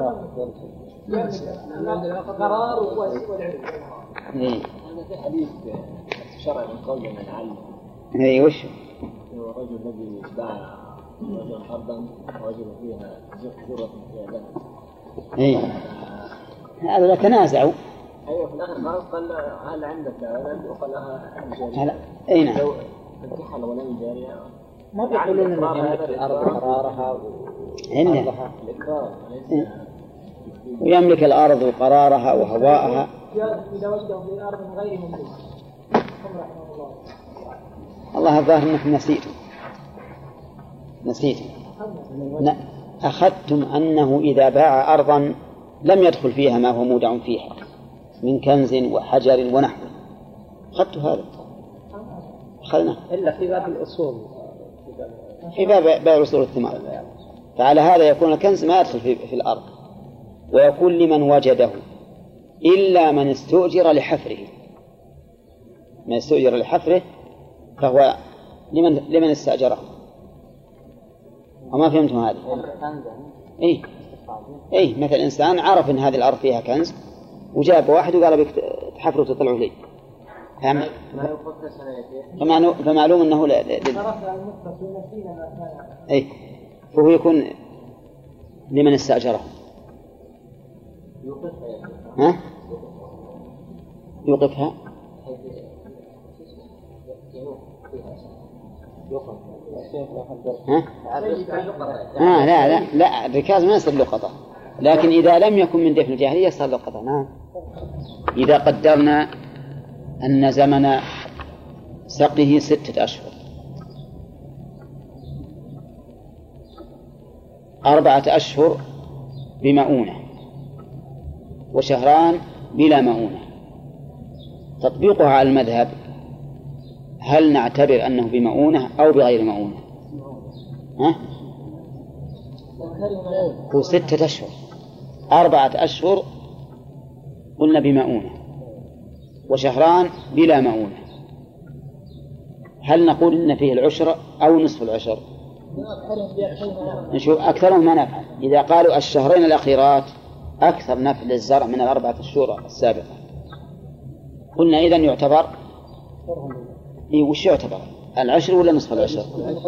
قرار والعلم. إيه. هذا في حديث شرع من قول من علم. إيه وش؟ هو الرجل الذي باع رجل أرضا ووجد فيها ذرة فيها ذهب. إيه. هذا تنازعوا. أيوة في الآخر خلاص قال هل عندك ولد وقال لها هلا أي نعم. تنكح الولد جارية. ما بيقولون إن يملك الأرض قرارها وهواءها ويملك الأرض وقرارها وهواءها إذا وجده في أرض غير مملوك. الله الظاهر أنكم نسيتم نسيتم أخذتم أنه إذا باع أرضا لم يدخل فيها ما هو مودع فيها من كنز وحجر ونحوه، أخذت هذا أخذنا إلا في باب الأصول، في باب باب أصول الثمار. فعلى هذا يكون الكنز ما يدخل في, في الأرض، ويكون لمن وجده إلا من استؤجر لحفره. من استؤجر لحفره فهو لمن لمن استأجره. وما فهمتم هذه؟ إيه إيه مثل إنسان عرف إن هذه الأرض فيها كنز وجاب واحد وقال بك تحفره وتطلعوا لي، فمعلوم أنه لا إيه فهو يكون لمن استأجره. ها؟ يوقفها ها؟ آه لا لا لا الركاز ما يصير لقطة، لكن إذا لم يكن من دفن الجاهلية يصير لقطة. نعم. إذا قدرنا أن زمن سقيه ستة أشهر، أربعة أشهر بمؤونة وشهران بلا مؤونة، تطبيقها على المذهب هل نعتبر أنه بمؤونة أو بغير مؤونة؟ ها؟ هو ستة أشهر، أربعة أشهر قلنا بمؤونة وشهران بلا مؤونة، هل نقول إن فيه العشر أو نصف العشر؟ نشوف أكثرهم ما نفعل. إذا قالوا الشهرين الأخيرات أكثر نفع للزرع من الأربعة الشهور السابقة قلنا إذن يعتبر إيه وش يعتبر العشر ولا نصف العشر؟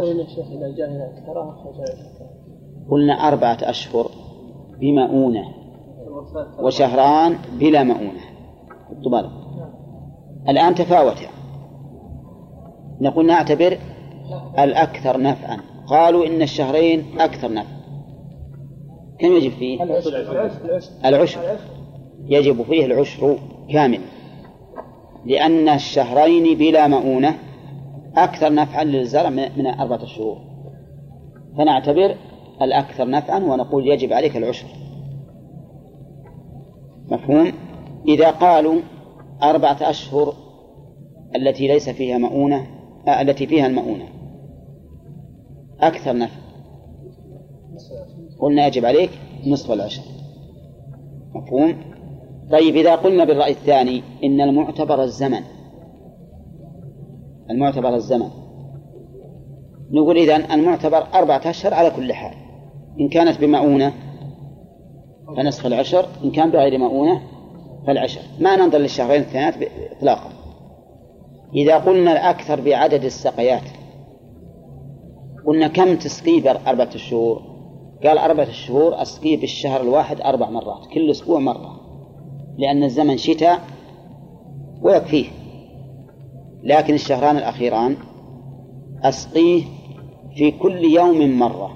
قلنا أربعة أشهر بمؤونة وشهران بلا مؤونة. طبعا الآن تفاوت، نقول نعتبر الأكثر نفعا. قالوا إن الشهرين أكثر نفع، كم يجب فيه؟ العشر، يجب فيه العشر كامل، لأن الشهرين بلا مؤونة أكثر نفعا للزرع من أربعة الشهور، فنعتبر الأكثر نفعا ونقول يجب عليك العشر. مفهوم؟ إذا قالوا أربعة أشهر التي ليس فيها مؤونة آه التي فيها المؤونة أكثر نفع، قلنا يجب عليك نصف العشر. مفهوم؟ طيب إذا قلنا بالرأي الثاني إن المعتبر الزمن، المعتبر الزمن نقول إذن المعتبر أربعة أشهر على كل حال، إن كانت بمؤونة فنصف العشر، إن كان بغير مؤونة فالعشر، ما ننظر للشهرين الثانيات إطلاقا. إذا قلنا الأكثر بعدد السقيات، قلنا كم تسقي بأربعة الشهور؟ قال أربعة الشهور أسقي بالشهر الواحد أربع مرات، كل أسبوع مرة، لأن الزمن شتاء ويكفيه. لكن الشهران الأخيران أسقيه في كل يوم مرة،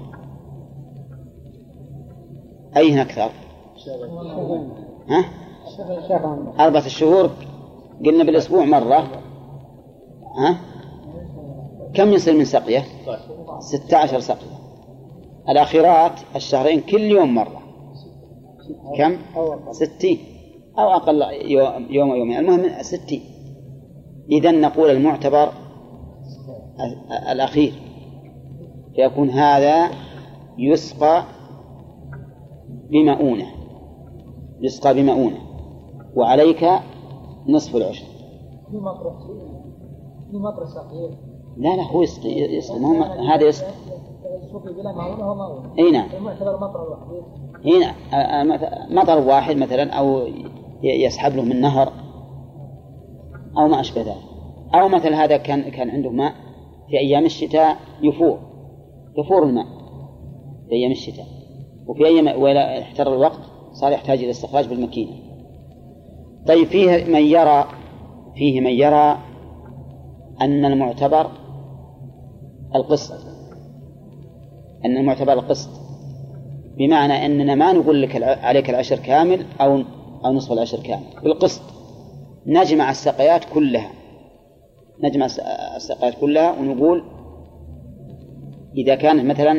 أين أكثر؟ ها؟ أربعة الشهور قلنا بالأسبوع مرة، ها؟ كم يصير من سقية؟ ستة عشر سقية. الأخيرات الشهرين كل يوم مرة، كم؟ ستين أو أقل، يوم ويومين، المهم ستين. إذن نقول المعتبر الأخير، فيكون هذا يسقى بمؤونة، يسقى بمؤونة، وعليك نصف العشر. في مطرح في مطرح سقير. لا لا هو يسقي يسقي هم هذا يسقي. سقي بلا مؤونة ومؤونة. أي نعم. المعتبر مطر واحد. هنا مطر واحد مثلا، أو يسحب له من نهر أو ما أشبه ذلك، أو مثل هذا كان كان عنده ماء في أيام الشتاء يفور يفور الماء في أيام الشتاء، وفي أيام ولا احتر الوقت صار يحتاج إلى استخراج بالماكينة. طيب فيه من يرى فيه من يرى أن المعتبر القسط، أن المعتبر القسط، بمعنى أننا ما نقول لك عليك العشر كامل أو أو نصف العشر كامل، بالقسط نجمع السقيات كلها، نجمع السقيات كلها ونقول إذا كانت مثلا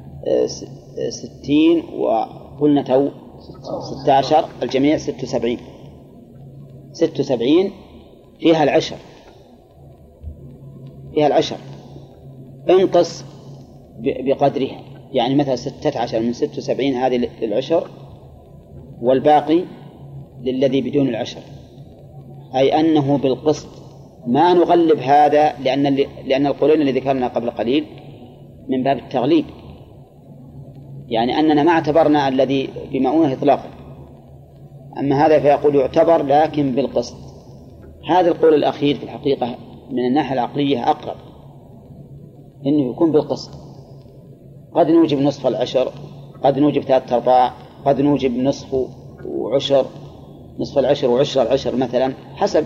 ستين وقلنا تو ستة عشر، الجميع ست وسبعين، ست وسبعين فيها العشر، فيها العشر انقص بقدرها، يعني مثلا ستة عشر من ست وسبعين هذه العشر، والباقي للذي بدون العشر، أي أنه بالقسط، ما نغلب هذا، لأن لأن القولين الذي ذكرنا قبل قليل من باب التغليب، يعني أننا ما اعتبرنا الذي بمؤونة إطلاقا، أما هذا فيقول يعتبر لكن بالقسط. هذا القول الأخير في الحقيقة من الناحية العقلية أقرب، إنه يكون بالقسط، قد نوجب نصف العشر، قد نوجب ثلاثة أرباع، قد نوجب نصف وعشر، نصف العشر وعشر العشر مثلا، حسب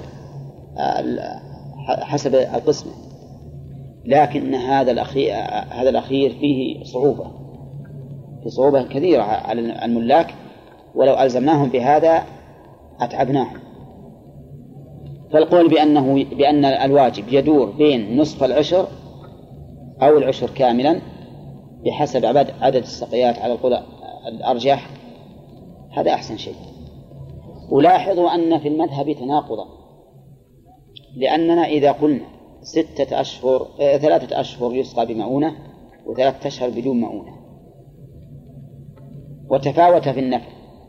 حسب القسمة. لكن هذا الأخير هذا الأخير فيه صعوبة، في صعوبة كثيرة على الملاك، ولو ألزمناهم بهذا أتعبناهم. فالقول بأنه بأن الواجب يدور بين نصف العشر أو العشر كاملا بحسب عدد السقيات على القول الأرجح، هذا أحسن شيء. ولاحظوا أن في المذهب تناقضا، لأننا إذا قلنا ستة أشهر ثلاثة أشهر يسقى بمؤونة وثلاثة أشهر بدون مؤونة، وتفاوت في النفع،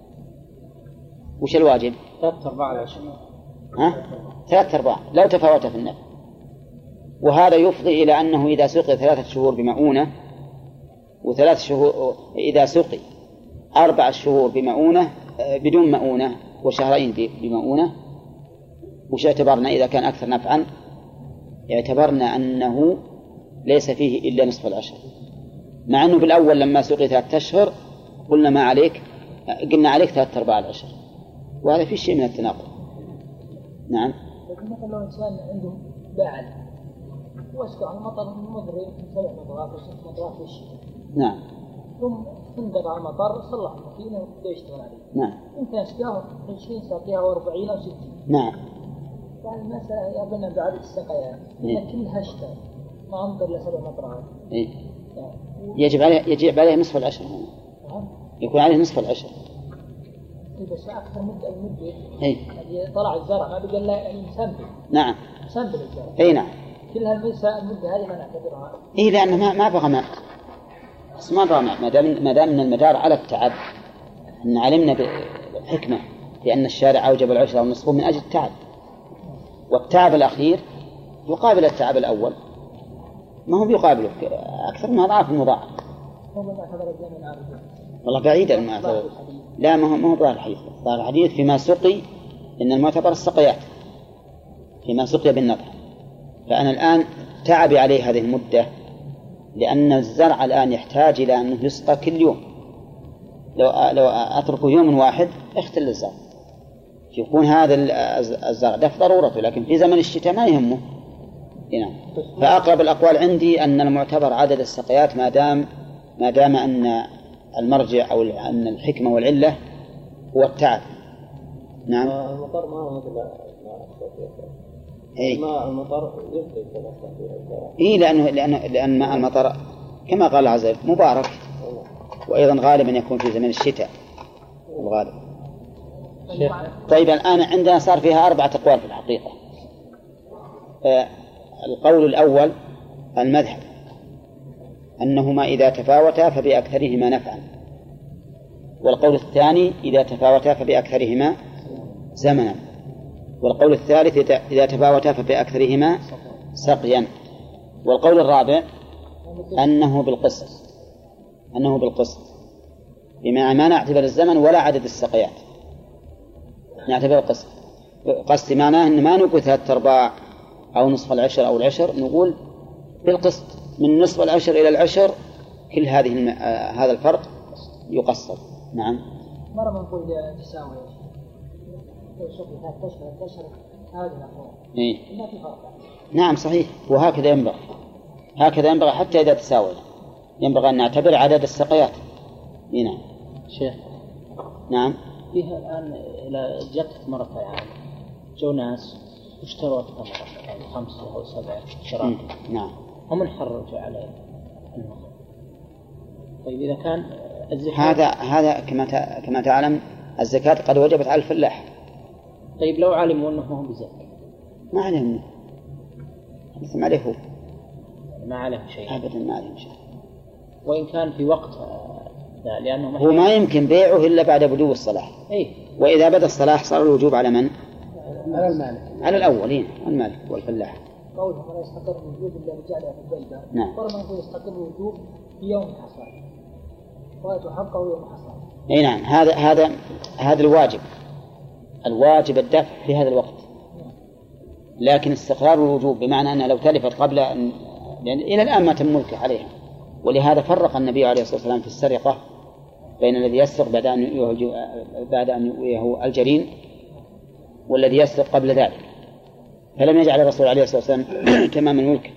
وش الواجب؟ ثلاثة أرباع العشر. ها؟ ثلاثة أرباع لو تفاوت في النفع. وهذا يفضي إلى أنه إذا سقي ثلاثة شهور بمؤونة وثلاث شهور، إذا سقي أربع شهور بمؤونة بدون مؤونة وشهرين بمؤونة، وش اعتبرنا إذا كان أكثر نفعا؟ اعتبرنا أنه ليس فيه إلا نصف العشر، مع أنه بالأول لما سقي ثلاثة أشهر قلنا ما عليك، قلنا عليك ثلاثة أرباع العشر، وهذا في شيء من التناقض. نعم. لكن مثلا لو إنسان عنده بعد واسقى المطر مضرب سبع مطرات وست مطرات في الشتاء، نعم، ثم انقطع المطر صلح الماكينة وبدأ يشتغل عليه، نعم، يمكن أسقاه عشرين ساقيها وأربعين أو ستين، نعم. يعني المسألة يقولنا بعدد السقيات إن كلها شتاء ما أمطر لسبع مطرات. إيه؟ يجب عليه يجب عليه نصف العشر، يكون عليه نصف العشر. بس أكثر مدة المدة إيه؟ اللي طلع الزرع ما بقى إلا يسنبل. نعم. يسنبل الزرع. إيه نعم. كل هالمدة المدة هذه ما نعتبرها. إيه لأنه ما ما بغى ماء. بس ما بغى ماء، ما دام ما دام من المدار على التعب، إن علمنا بالحكمة لأن الشارع أوجب العشر ونصفه من أجل التعب، والتعب الأخير يقابل التعب الأول، ما هو بيقابله أكثر من أضعاف المضاعف. والله بعيد المعتبر. لا ما هو ما هو ظاهر الحديث. ظاهر الحديث فيما سقي إن المعتبر السقيات فيما سقي بالنضح. فأنا الآن تعبي عليه هذه المدة لأن الزرع الآن يحتاج إلى أنه يسقى كل يوم. لو لو أتركه يوم واحد اختل الزرع، يكون هذا الزرع ده في ضرورته، لكن في زمن الشتاء ما يهمه. هنا فأقرب الأقوال عندي أن المعتبر عدد السقيات ما دام ما دام أن المرجع أو أن الحكمة والعلة هو التعب. نعم. المطر ما هو مثل إيه؟ ماء المطر يفضل. إيه لأنه لأنه لأن ماء المطر كما قال عز وجل مبارك، وأيضا غالبا يكون في زمن الشتاء الغالب. طيب الآن عندنا صار فيها أربعة أقوال في الحقيقة. آه القول الأول المذهب أنهما إذا تفاوتا فبأكثرهما نفعا، والقول الثاني إذا تفاوتا فبأكثرهما زمنا، والقول الثالث إذا تفاوتا فبأكثرهما سقيا، والقول الرابع أنه بالقسط أنه بالقسط بمعنى ما نعتبر الزمن ولا عدد السقيات، نعتبر القسط. قسط معناه أن ما نقول ثلاثة أرباع أو نصف العشر أو العشر، نقول بالقسط من نصف العشر إلى العشر كل هذه الم... آه هذا الفرق يقسط. نعم. مرة ما نقول تساوي شوف ثلاثة أشهر ثلاثة أشهر هذه الأقوال. إيه. ما في فرق. نعم صحيح، وهكذا ينبغي هكذا ينبغي حتى إذا تساوي ينبغي أن نعتبر عدد السقيات. نعم. شيخ. نعم. فيها الآن إلى جت مرة يعني جو ناس اشتروا تمر يعني خمسة أو سبعة شراكة. نعم. هم انحرجوا على المخ. طيب إذا كان الزكاة هذا هذا كما كما تعلم الزكاة قد وجبت على الفلاح. طيب لو علموا أنه ما هم بزكاة ما عليهم، بس ما عليه هو. ما عليهم شيء. أبدا ما عليهم شيء. وإن كان في وقت لا لأنه هو ما يمكن بيعه إلا بعد بدو الصلاح. إيه؟ وإذا بدأ الصلاح صار الوجوب على من؟ على المالك. على الأولين المالك والفلاح. قولهم لا يستقر الوجوب إلا بجعلها في البلدة. نعم. ورما يقول يستقر الوجوب في يوم الحصاد ويأتوا حقه يوم الحصاد. أي نعم. هذا هذا هذا الواجب الواجب الدفع في هذا الوقت، لكن استقرار الوجوب بمعنى أنها لو تلفت قبل أن يعني إلى الآن ما تم ملكه عليها. ولهذا فرق النبي عليه الصلاة والسلام في السرقة بين الذي يسرق بعد أن يؤويه بعد أن يؤويه الجرين والذي يسرق قبل ذلك، فلم يجعل الرسول عليه الصلاة والسلام تمام الملك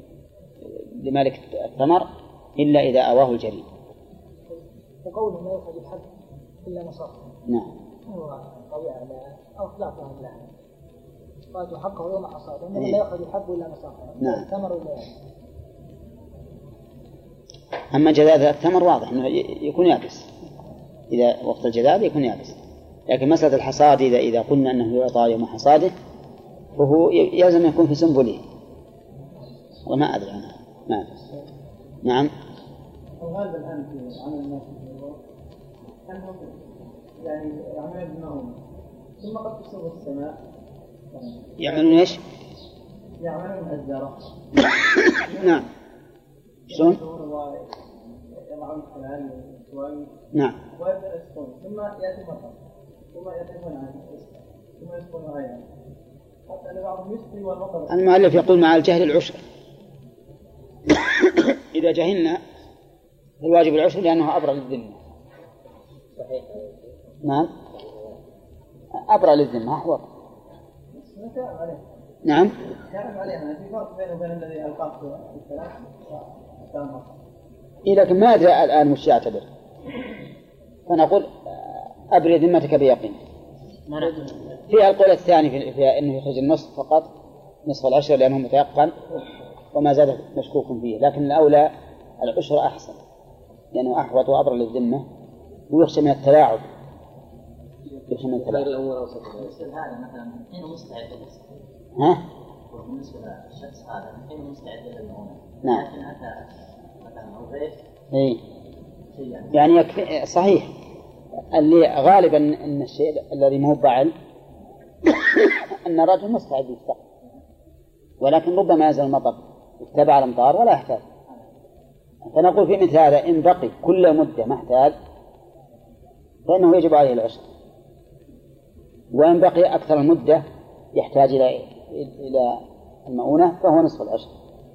لمالك الثمر إلا إذا أواه الجرين. وقوله لا يؤخذ الحد إلا نصافه. نعم. هو قوي على أو خلاف لهم لا فاتوا حقه يوم حصاد إنه لا يؤخذ الحد إلا نصافه. نعم. الثمر ولا أما جذاذ الثمر واضح أنه يكون يابس، إذا وقت الجذاذ يكون يابس، لكن مسألة الحصاد إذا إذا قلنا أنه يعطى يوم حصاده وهو يلزم يكون في سنبله وما أدري عنه. ما أدري. نعم. وهذا الآن في عمل الناس أنهم يعني يعملون بمعهم ثم قد تصيب السماء. يعملون إيش؟ يعملون الزرع. نعم. شلون؟ يضعون الحلال والسوائل. نعم. ويبدأ يسقون ثم يأتي مطر ثم يأتون عنه ثم يسقون غيره حتى أن بعضهم يسقي والمطر. المؤلف يقول مع الجهل العشر. إذا جهلنا الواجب العشر لأنه أبرأ للذمة. صحيح. نعم. أبرأ للذمة أحوط. نعم. يعرف عليها في فرق بينه وبين الذي ألقاه في الكلام وكلام. إيه لكن ما أدري الآن مش يعتبر، فنقول أبرئ ذمتك بيقين. في القول الثاني في, في أنه يخرج النصف فقط نصف العشر لأنه متيقن وما زاد مشكوك فيه، لكن الأولى العشر أحسن لأنه أحوط وأبرأ للذمة ويخشى من التلاعب. يخشى من التلاعب. هذا مثلا حين مستعد للنصف. ها؟ بالنسبة للشخص هذا حين مستعد للمؤونة. نعم. لكن أتى مثلا أو ضيف. إيه. يعني يكفي صحيح. اللي غالبا أن الشيء الذي مو بعل أن الرجل مستعد للسقف، ولكن ربما ينزل المطر تبع الأمطار ولا يحتاج. فنقول في مثل هذا إن بقي كل مدة ما احتاج فإنه يجب عليه العشر، وإن بقي أكثر المدة يحتاج إلى إلى المؤونة فهو نصف العشر.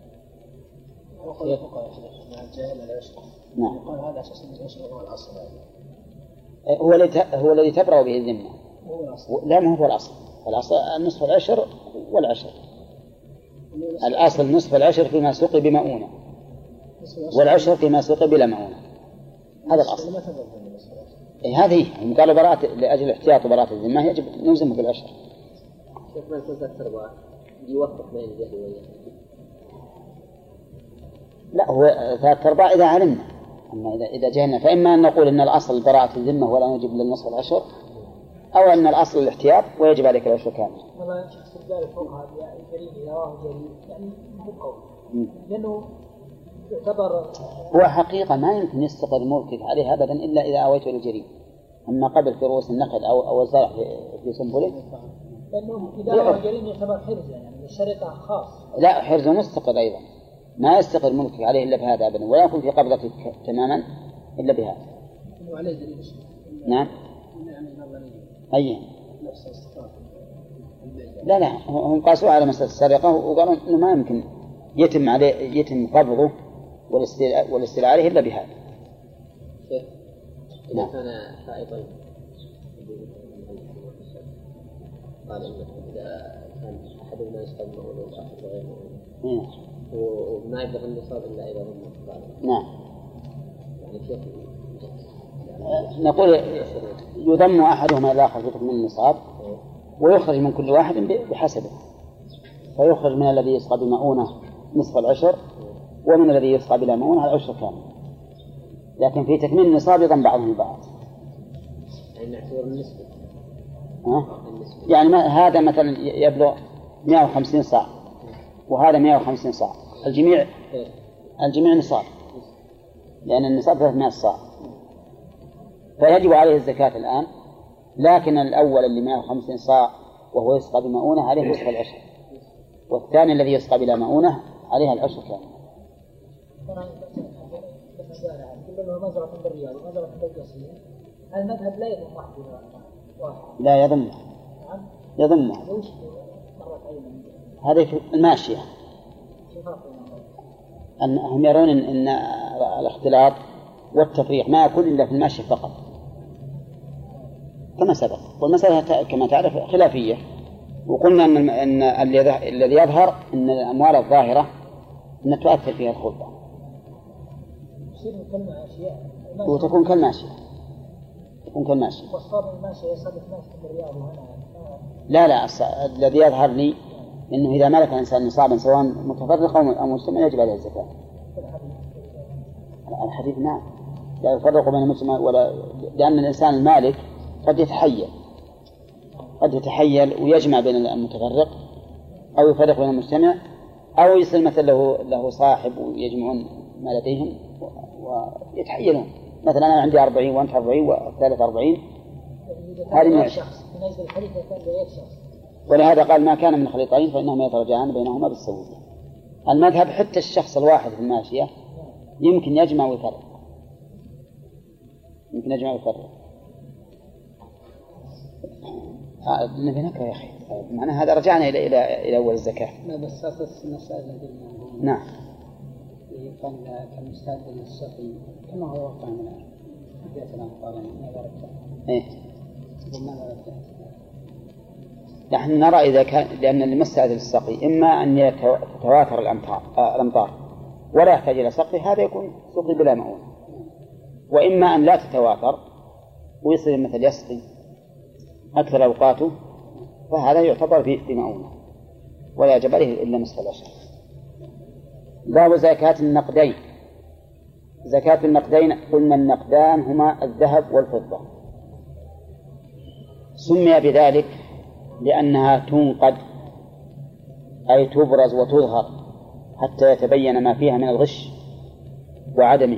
نعم. يقول هذا أساس العشر هو الأصل. هو الذي هو الذي تبرأ به الذمة. لا، ما هو الأصل. الأصل نصف العشر والعشر. الأصل نصف العشر فيما سقي بمؤونة، والعشر فيما سقي بلا مؤونة. هذا الأصل. إيه هذه قالوا براءة لأجل الاحتياط وبراءة الذمة يجب نلزمه بالعشر. كيف ما يكون ثلاث أرباع يوفق بين الجهل والجهل؟ لا، هو ثلاث أرباع إذا علمنا، أما إذا إذا جهلنا فإما أن نقول أن الأصل براءة الذمة ولا نجب للنصف العشر، أو أن الأصل الاحتياط ويجب عليك العشر كامل. والله شخص الجاري فوق هذا يعني جريء إذا راه جريء يعني مو قوي، لأنه يعتبر هو حقيقة ما يمكن يستقر ملكك عليه أبدا إلا إذا أويت للجريء. أما قبل في رؤوس النخل أو أو الزرع في في سنبله، لأنه إذا راه جريء يعتبر حرز يعني الشريطة خاص. لا، حرز مستقر أيضا، ما يستقر ملكك عليه إلا بهذا أبدا، ولا يكون في قبضتك تماما إلا بهذا. وعليه دليل. نعم. أيه. لا لا، هم قاسوا على مسألة السرقة وقالوا إنه ما يمكن يتم عليه يتم قبضه والاستيلاء والاستيلاء عليه إلا بهذا. إذا كان حائطين قال إذا كان أحدهما يستمر والآخر غير مؤمن وما يبلغ النصاب إلا إذا ضمن. نعم. يعني كيف نقول يضم أحدهما إلى آخر من النصاب ويخرج من كل واحد بحسبه، فيخرج من الذي يسقى بمؤونة نصف العشر ومن الذي يسقى بلا مؤونة العشر كامل، لكن في تكميل النصاب يضم بعضهم البعض. يعني نعتبر النسبة. أه؟ يعني ما هذا مثلا يبلغ مئة وخمسين صاع وهذا مئة وخمسين صاع، الجميع الجميع نصاب، لأن النصاب ثلاثمائة صاع، فيجب عليه الزكاة الآن. لكن الأول اللي مئة وخمسين صاع وهو يسقى بمؤونة عليه نصف العشر، والثاني الذي يسقى بلا مؤونة عليها العشر كامل. مزرعة بالرياض ومزرعة بالقصيم، المذهب لا يضم واحد واحد. لا يضمه. يضمه. هذه في الماشية. أنهم يرون أن الاختلاط والتفريق ما يكون إلا في الماشية فقط كما سبق، والمسألة كما تعرف خلافية، وقلنا أن أن الذي يظهر أن الأموال الظاهرة أن تؤثر فيها الخلطة وتكون كالماشية تكون كالماشية. والصابر الماشية يصادف ناس بالرياض وهنا. لا لا، الذي يظهر لي أنه إذا ملك الإنسان نصابا سواء متفرقا أو مجتمع يجب عليه الزكاة. الحديث نعم لا يفرق بين المجتمع ولا، لأن الإنسان المالك قد يتحيل قد يتحيل ويجمع بين المتفرق أو يفرق بين المجتمع، أو يصير مثل له له صاحب ويجمعون ما لديهم ويتحيلون، مثلا أنا عندي أربعين وأنت أربعين والثالث أربعين، هذه من الشخص. ولهذا قال ما كان من خليطين فإنهم يترجعان بينهما بالسوية. المذهب حتى الشخص الواحد في الماشية يمكن يجمع ويفرق، يمكن يجمع ويفرق. آه نبي نقرأ يا أخي، معنى هذا رجعنا إلى إلى إلى أول الزكاة. لا بس أساس المسائل نعم. قال كمستعد للسقي كما هو واقع من بيت الأمطار ماذا رجع؟ إيه. ماذا رجع؟ نحن نرى إذا كان لأن المستعد للسقي إما أن يتواتر الأمطار آه الأمطار ولا يحتاج إلى سقي، هذا يكون سقي بلا مؤونة، وإما أن لا تتواتر ويصير مثل يسقي أكثر أوقاته، فهذا يعتبر في مؤونة ولا يجب عليه إلا نصف العشر. باب زكاة النقدين. زكاة النقدين قلنا النقدان هما الذهب والفضة، سمي بذلك لأنها تنقد أي تبرز وتظهر حتى يتبين ما فيها من الغش وعدمه،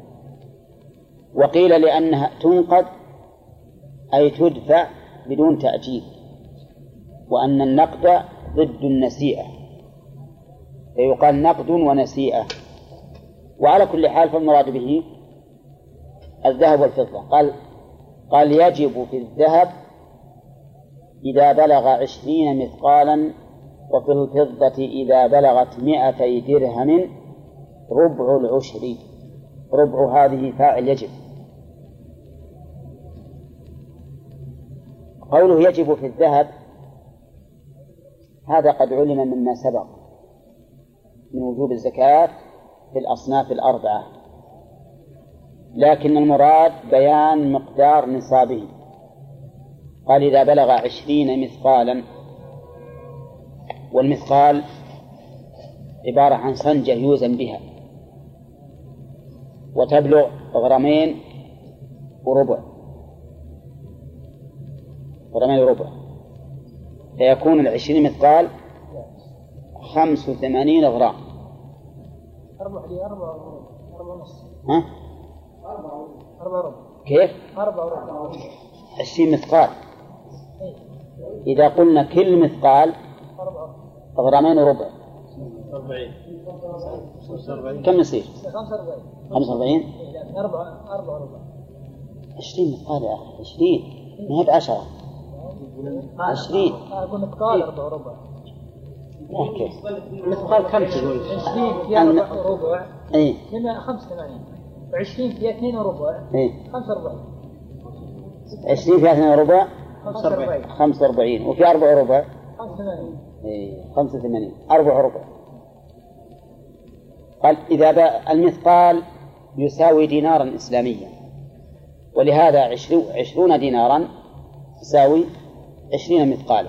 وقيل لأنها تنقد أي تدفع بدون تأجيل، وأن النقد ضد النسيئة، فيقال نقد ونسيئة. وعلى كل حال فالمراد به الذهب والفضة. قال قال يجب في الذهب إذا بلغ عشرين مثقالا، وفي الفضة إذا بلغت مائتي درهم ربع العشر. ربع هذه فاعل يجب. قوله يجب في الذهب هذا قد علم مما سبق من وجوب الزكاة في الأصناف الأربعة، لكن المراد بيان مقدار نصابه. قال إذا بلغ عشرين مثقالا، والمثقال عبارة عن صنجة يوزن بها وتبلغ غرامين وربع غرامين وربع فيكون العشرين مثقال خمس وثمانين غرام. أربعة أربعة أربعة ونص. ها؟ أربعة أربعة ربع. كيف؟ أربعة ربع. عشرين مثقال. إذا قلنا كل مثقال غرامين وربع كم يصير؟ خمسة وأربعين. أربعة أربعة ربع. عشرين مثقال يا أخي، عشرين ما هي بعشرة. عشرين. أقول مثقال أربعة ربع. كيف؟ مثقال خمسة يقول. عشرين فيها أربعة ربع. إيه. هنا خمسة ثمانين. وعشرين فيها اثنين وربع. إيه. خمسة وأربعين. عشرين فيها اثنين وربع. خمسة وأربعين. خمسة وأربعين. وفي أربع وربع. خمسة ثمانين. إيه. خمسة ثمانين. أربع وربع. قال إذا بقى المثقال يساوي دينارا إسلاميا، ولهذا عشرون دينارا تساوي عشرين مثقالا.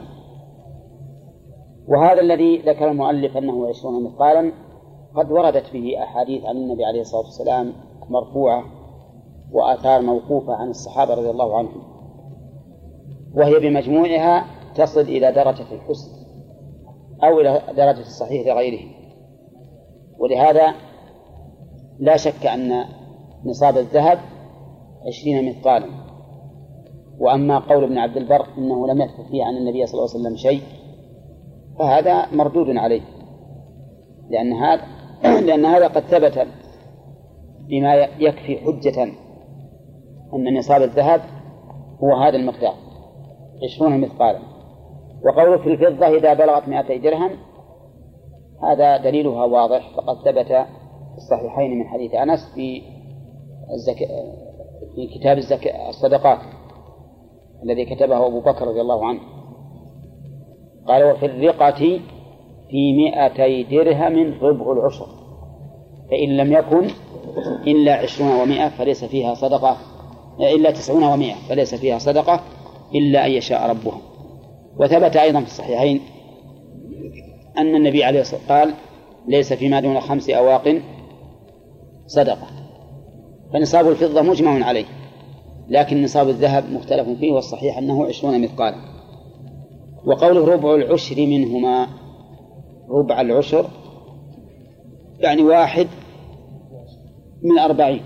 وهذا الذي ذكر المؤلف أنه عشرون مثقالا قد وردت به أحاديث عن النبي عليه الصلاة والسلام مرفوعة وآثار موقوفة عن الصحابة رضي الله عنهم، وهي بمجموعها تصل إلى درجة الحسن أو إلى درجة الصحيح لغيره. ولهذا لا شك أن نصاب الذهب عشرين مثقالا. وأما قول ابن عبد البر إنه لم يثبت فيه عن النبي صلى الله عليه وسلم شيء فهذا مردود عليه، لأن هذا لأن هذا قد ثبت بما يكفي حجة أن نصاب الذهب هو هذا المقدار عشرون مثقالا. وقوله في الفضة إذا بلغت مائتي درهم هذا دليلها واضح، فقد ثبت في الصحيحين من حديث أنس في الزكاة في كتاب الزكاة الصدقات الذي كتبه أبو بكر رضي الله عنه. قال وفي الرقة في مائتي درهم ربع العشر، فإن لم يكن إلا عشرون ومائة فليس فيها صدقة، إلا تسعون ومائة فليس فيها صدقة إلا أن يشاء ربها. وثبت أيضا في الصحيحين أن النبي عليه الصلاة والسلام قال ليس فيما دون خمس أواق صدقة. فنصاب الفضة مجمع عليه، لكن نصاب الذهب مختلف فيه، والصحيح أنه عشرون مثقالا. وقوله ربع العشر منهما، ربع العشر يعني واحد من أربعين،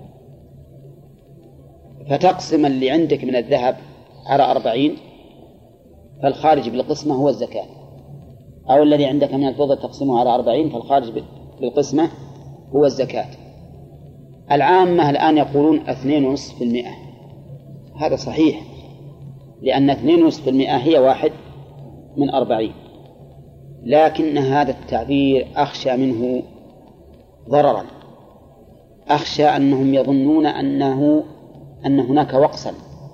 فتقسم اللي عندك من الذهب على أربعين فالخارج بالقسمة هو الزكاة، أو الذي عندك من الفضة تقسمه على أربعين فالخارج بالقسمة هو الزكاة. العامة الآن يقولون اثنين ونصف في المئة، هذا صحيح، لأن اثنين ونصف في المئة هي واحد من أربعين، لكن هذا التعبير أخشى منه ضررا، أخشى أنهم يظنون أنه أن هناك وقصا،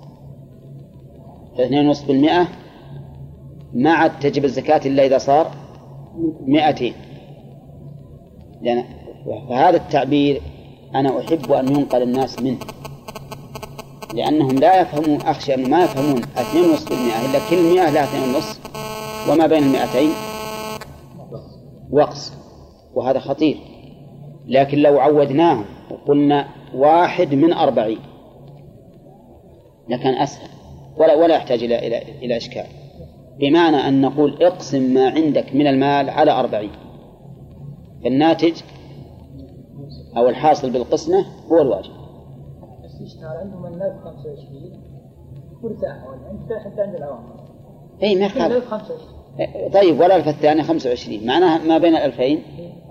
فاثنين ونصف في المئة ما عاد تجب الزكاة إلا إذا صار مئتين. لأن فهذا التعبير أنا أحب أن ينقل الناس منه، لأنهم لا يفهمون، أخشى أن ما يفهمون اثنين ونصف في المئة إلا كل مئة لها اثنين ونصف، وما بين المئتين وقص، وهذا خطير. لكن لو عودناهم وقلنا واحد من أربعين لكان أسهل ولا ولا يحتاج إلى إلى إلى إشكال، بمعنى أن نقول اقسم ما عندك من المال على أربعين، الناتج أو الحاصل بالقسمة هو الواجب. بس يشتغل عندهم الناس خمسة وعشرين مرتاح، أنت حتى عند العوام أي ما خالف، طيب ولا الألف الثانية خمسة وعشرين معناها ما بين الألفين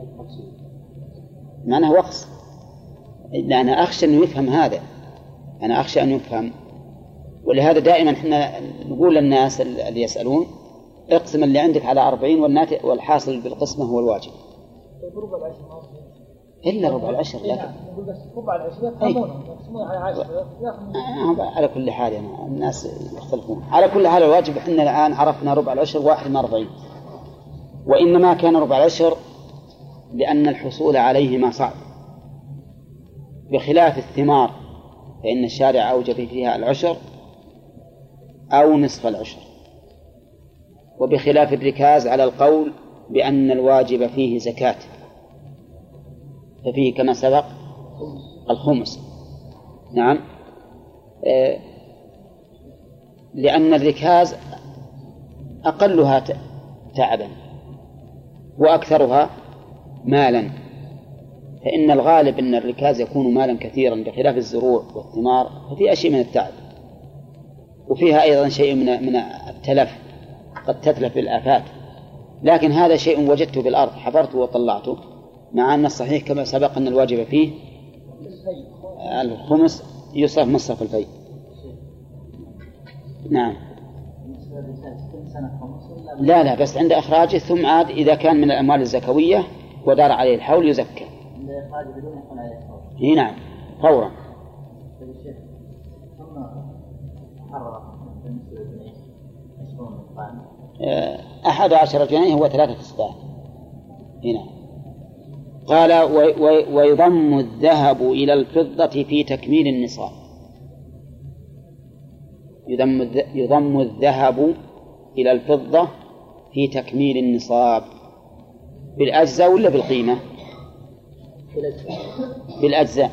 معناها وقص. أنا أخشى أنه يفهم هذا، أنا أخشى أن يفهم. ولهذا دائما إحنا نقول للناس اللي يسألون اقسم اللي عندك على أربعين والناتج والحاصل بالقسمة هو الواجب. ربع العشر إلا ربع العشر لكن نقول بس ربع العشر يفهمونه يقسمون على عشرة يفهمون. على كل حال يعني الناس يختلفون. على كل حال الواجب إحنا الآن عرفنا ربع العشر واحد من أربعين، وإنما كان ربع العشر لأن الحصول عليهما صعب، بخلاف الثمار فإن الشارع أوجب فيها العشر أو نصف العشر، وبخلاف الركاز على القول بأن الواجب فيه زكاة ففيه كما سبق الخمس. نعم، آه لأن الركاز أقلها تعبا وأكثرها مالا، فإن الغالب أن الركاز يكون مالا كثيرا بخلاف الزروع والثمار ففيها شيء من التعب، وفيها أيضا شيء من من التلف، قد تتلف بالآفات. لكن هذا شيء وجدته بالأرض حفرته وطلعته، مع أن الصحيح كما سبق أن الواجب فيه الخمس يصرف مصرف الفيء. نعم. لا لا بس عند إخراجه، ثم عاد إذا كان من الأموال الزكوية ودار عليه الحول يزكى. هنا نعم فورا. أحد عشر جنيه هو ثلاثة أصباع. هنا قال ويضم الذهب إلى الفضة في تكميل النصاب. يضم يضم الذهب إلى الفضة في تكميل النصاب بالأجزاء ولا بالقيمة؟ بالأجزاء.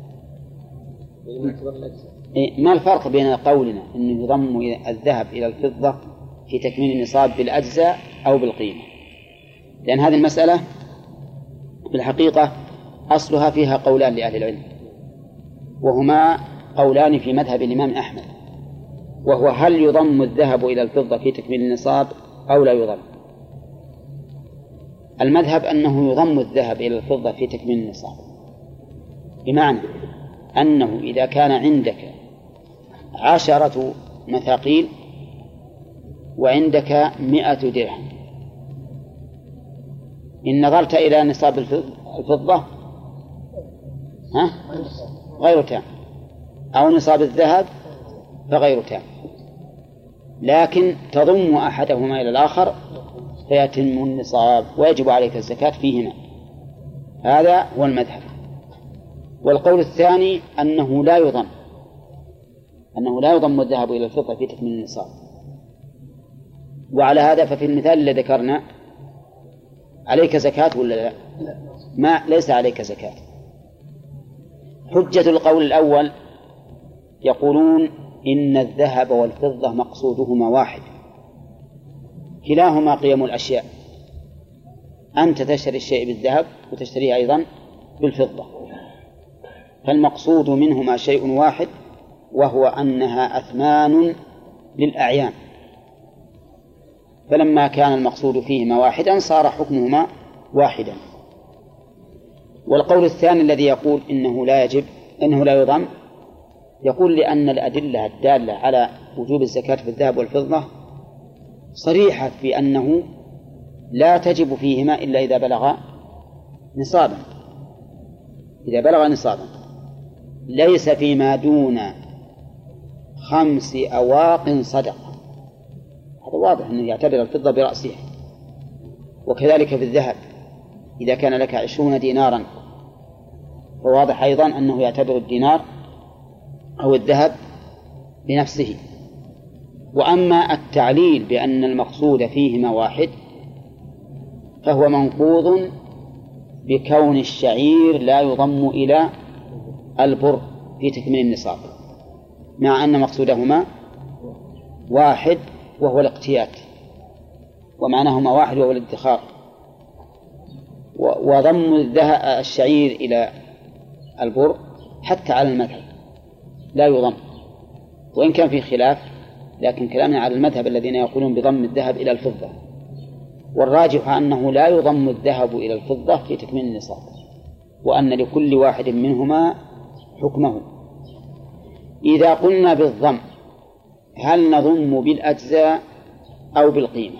ما الفرق بين قولنا أنه يضم الذهب إلى الفضة في تكميل النصاب بالأجزاء أو بالقيمة؟ لأن هذه المسألة بالحقيقة أصلها فيها قولان لأهل العلم، وهما قولان في مذهب الإمام أحمد، وهو هل يضم الذهب إلى الفضة في تكميل النصاب أو لا يضم. المذهب أنه يضم الذهب إلى الفضة في تكميل النصاب، بمعنى أنه إذا كان عندك عشرة مثاقيل وعندك مئة درهم، إن نظرت إلى نصاب الفضة ها غير تام، أو نصاب الذهب فغير تام، لكن تضم أحدهما إلى الآخر فيتم النصاب ويجب عليك الزكاة فيهما. هذا هو المذهب. والقول الثاني أنه لا يضم أنه لا يضم الذهب إلى الفضة في تكميل النصاب. وعلى هذا ففي المثال الذي ذكرنا عليك زكاة ولا لا؟ ما ليس عليك زكاة. حجة القول الأول يقولون إن الذهب والفضة مقصودهما واحد، كلاهما قيم الأشياء، أنت تشتري الشيء بالذهب وتشتريه أيضا بالفضة، فالمقصود منهما شيء واحد، وهو أنها أثمان للأعيان. فلما كان المقصود فيهما واحدا صار حكمهما واحدا. والقول الثاني الذي يقول إنه لا يجب إنه لا يضم، يقول لأن الأدلة الدالة على وجوب الزكاة في الذهب والفضة صريحة في أنه لا تجب فيهما إلا إذا بلغ نصابا، إذا بلغ نصابا، ليس فيما دون خمس أواق صدقة. هذا واضح أنه يعتبر الفضة برأسها. وكذلك في الذهب إذا كان لك عشرون دينارا فواضح أيضا أنه يعتبر الدينار أو الذهب بنفسه. وأما التعليل بأن المقصود فيهما واحد فهو منقوض بكون الشعير لا يضم إلى البر في تكميل النصاب، مع أن مقصودهما واحد وهو الاقتيات، ومعناهما واحد وهو الادخار. وضم الشعير إلى البر حتى على المذهب لا يضم، وإن كان في خلاف، لكن كلامنا على المذهب الذين يقولون بضم الذهب إلى الفضة. والراجح أنه لا يضم الذهب إلى الفضة في تكميل النصاب، وأن لكل واحد منهما حكمه. إذا قلنا بالضم هل نضم بالأجزاء أو بالقيمة؟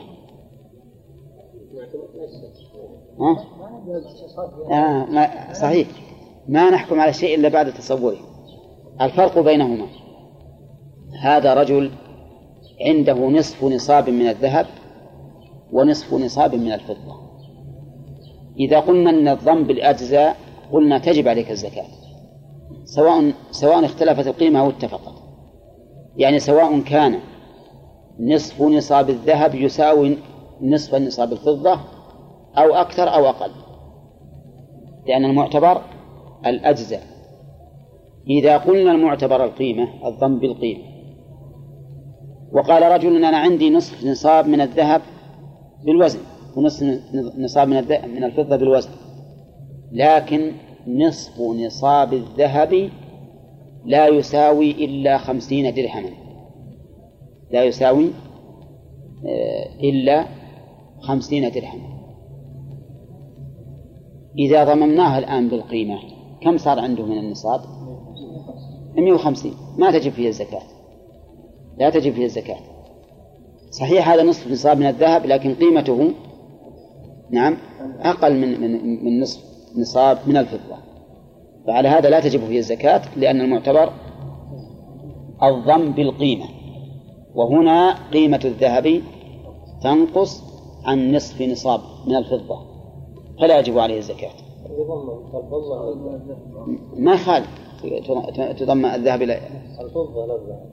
ها؟ آه ما صحيح، ما نحكم على شيء إلا بعد تصوره. الفرق بينهما: هذا رجل عنده نصف نصاب من الذهب ونصف نصاب من الفضة. إذا قلنا أن الضم بالأجزاء قلنا تجب عليك الزكاة، سواء سواء اختلفت القيمة أو اتفقت. يعني سواء كان نصف نصاب الذهب يساوي نصف نصاب الفضة أو أكثر أو أقل، لأن المعتبر الأجزاء. إذا قلنا المعتبر القيمة الضم بالقيمة، وقال رجل أنا عندي نصف نصاب من الذهب بالوزن ونصف نصاب من من الفضة بالوزن، لكن نصف نصاب الذهب لا يساوي إلا خمسين درهما، لا يساوي إلا خمسين درهما. إذا ضممناها الآن بالقيمة كم صار عنده من النصاب؟ مئة وخمسين. ما تجب فيه الزكاة، لا تجب فيه الزكاة. صحيح هذا نصف نصاب من الذهب، لكن قيمته نعم أقل من من من نصف نصاب من الفضة، فعلى هذا لا تجب فيه الزكاة، لأن المعتبر الضم بالقيمة. وهنا قيمة الذهب تنقص عن نصف نصاب من الفضة، فلا يجب عليه الزكاة. ما خال تضم الذهب إلى الفضة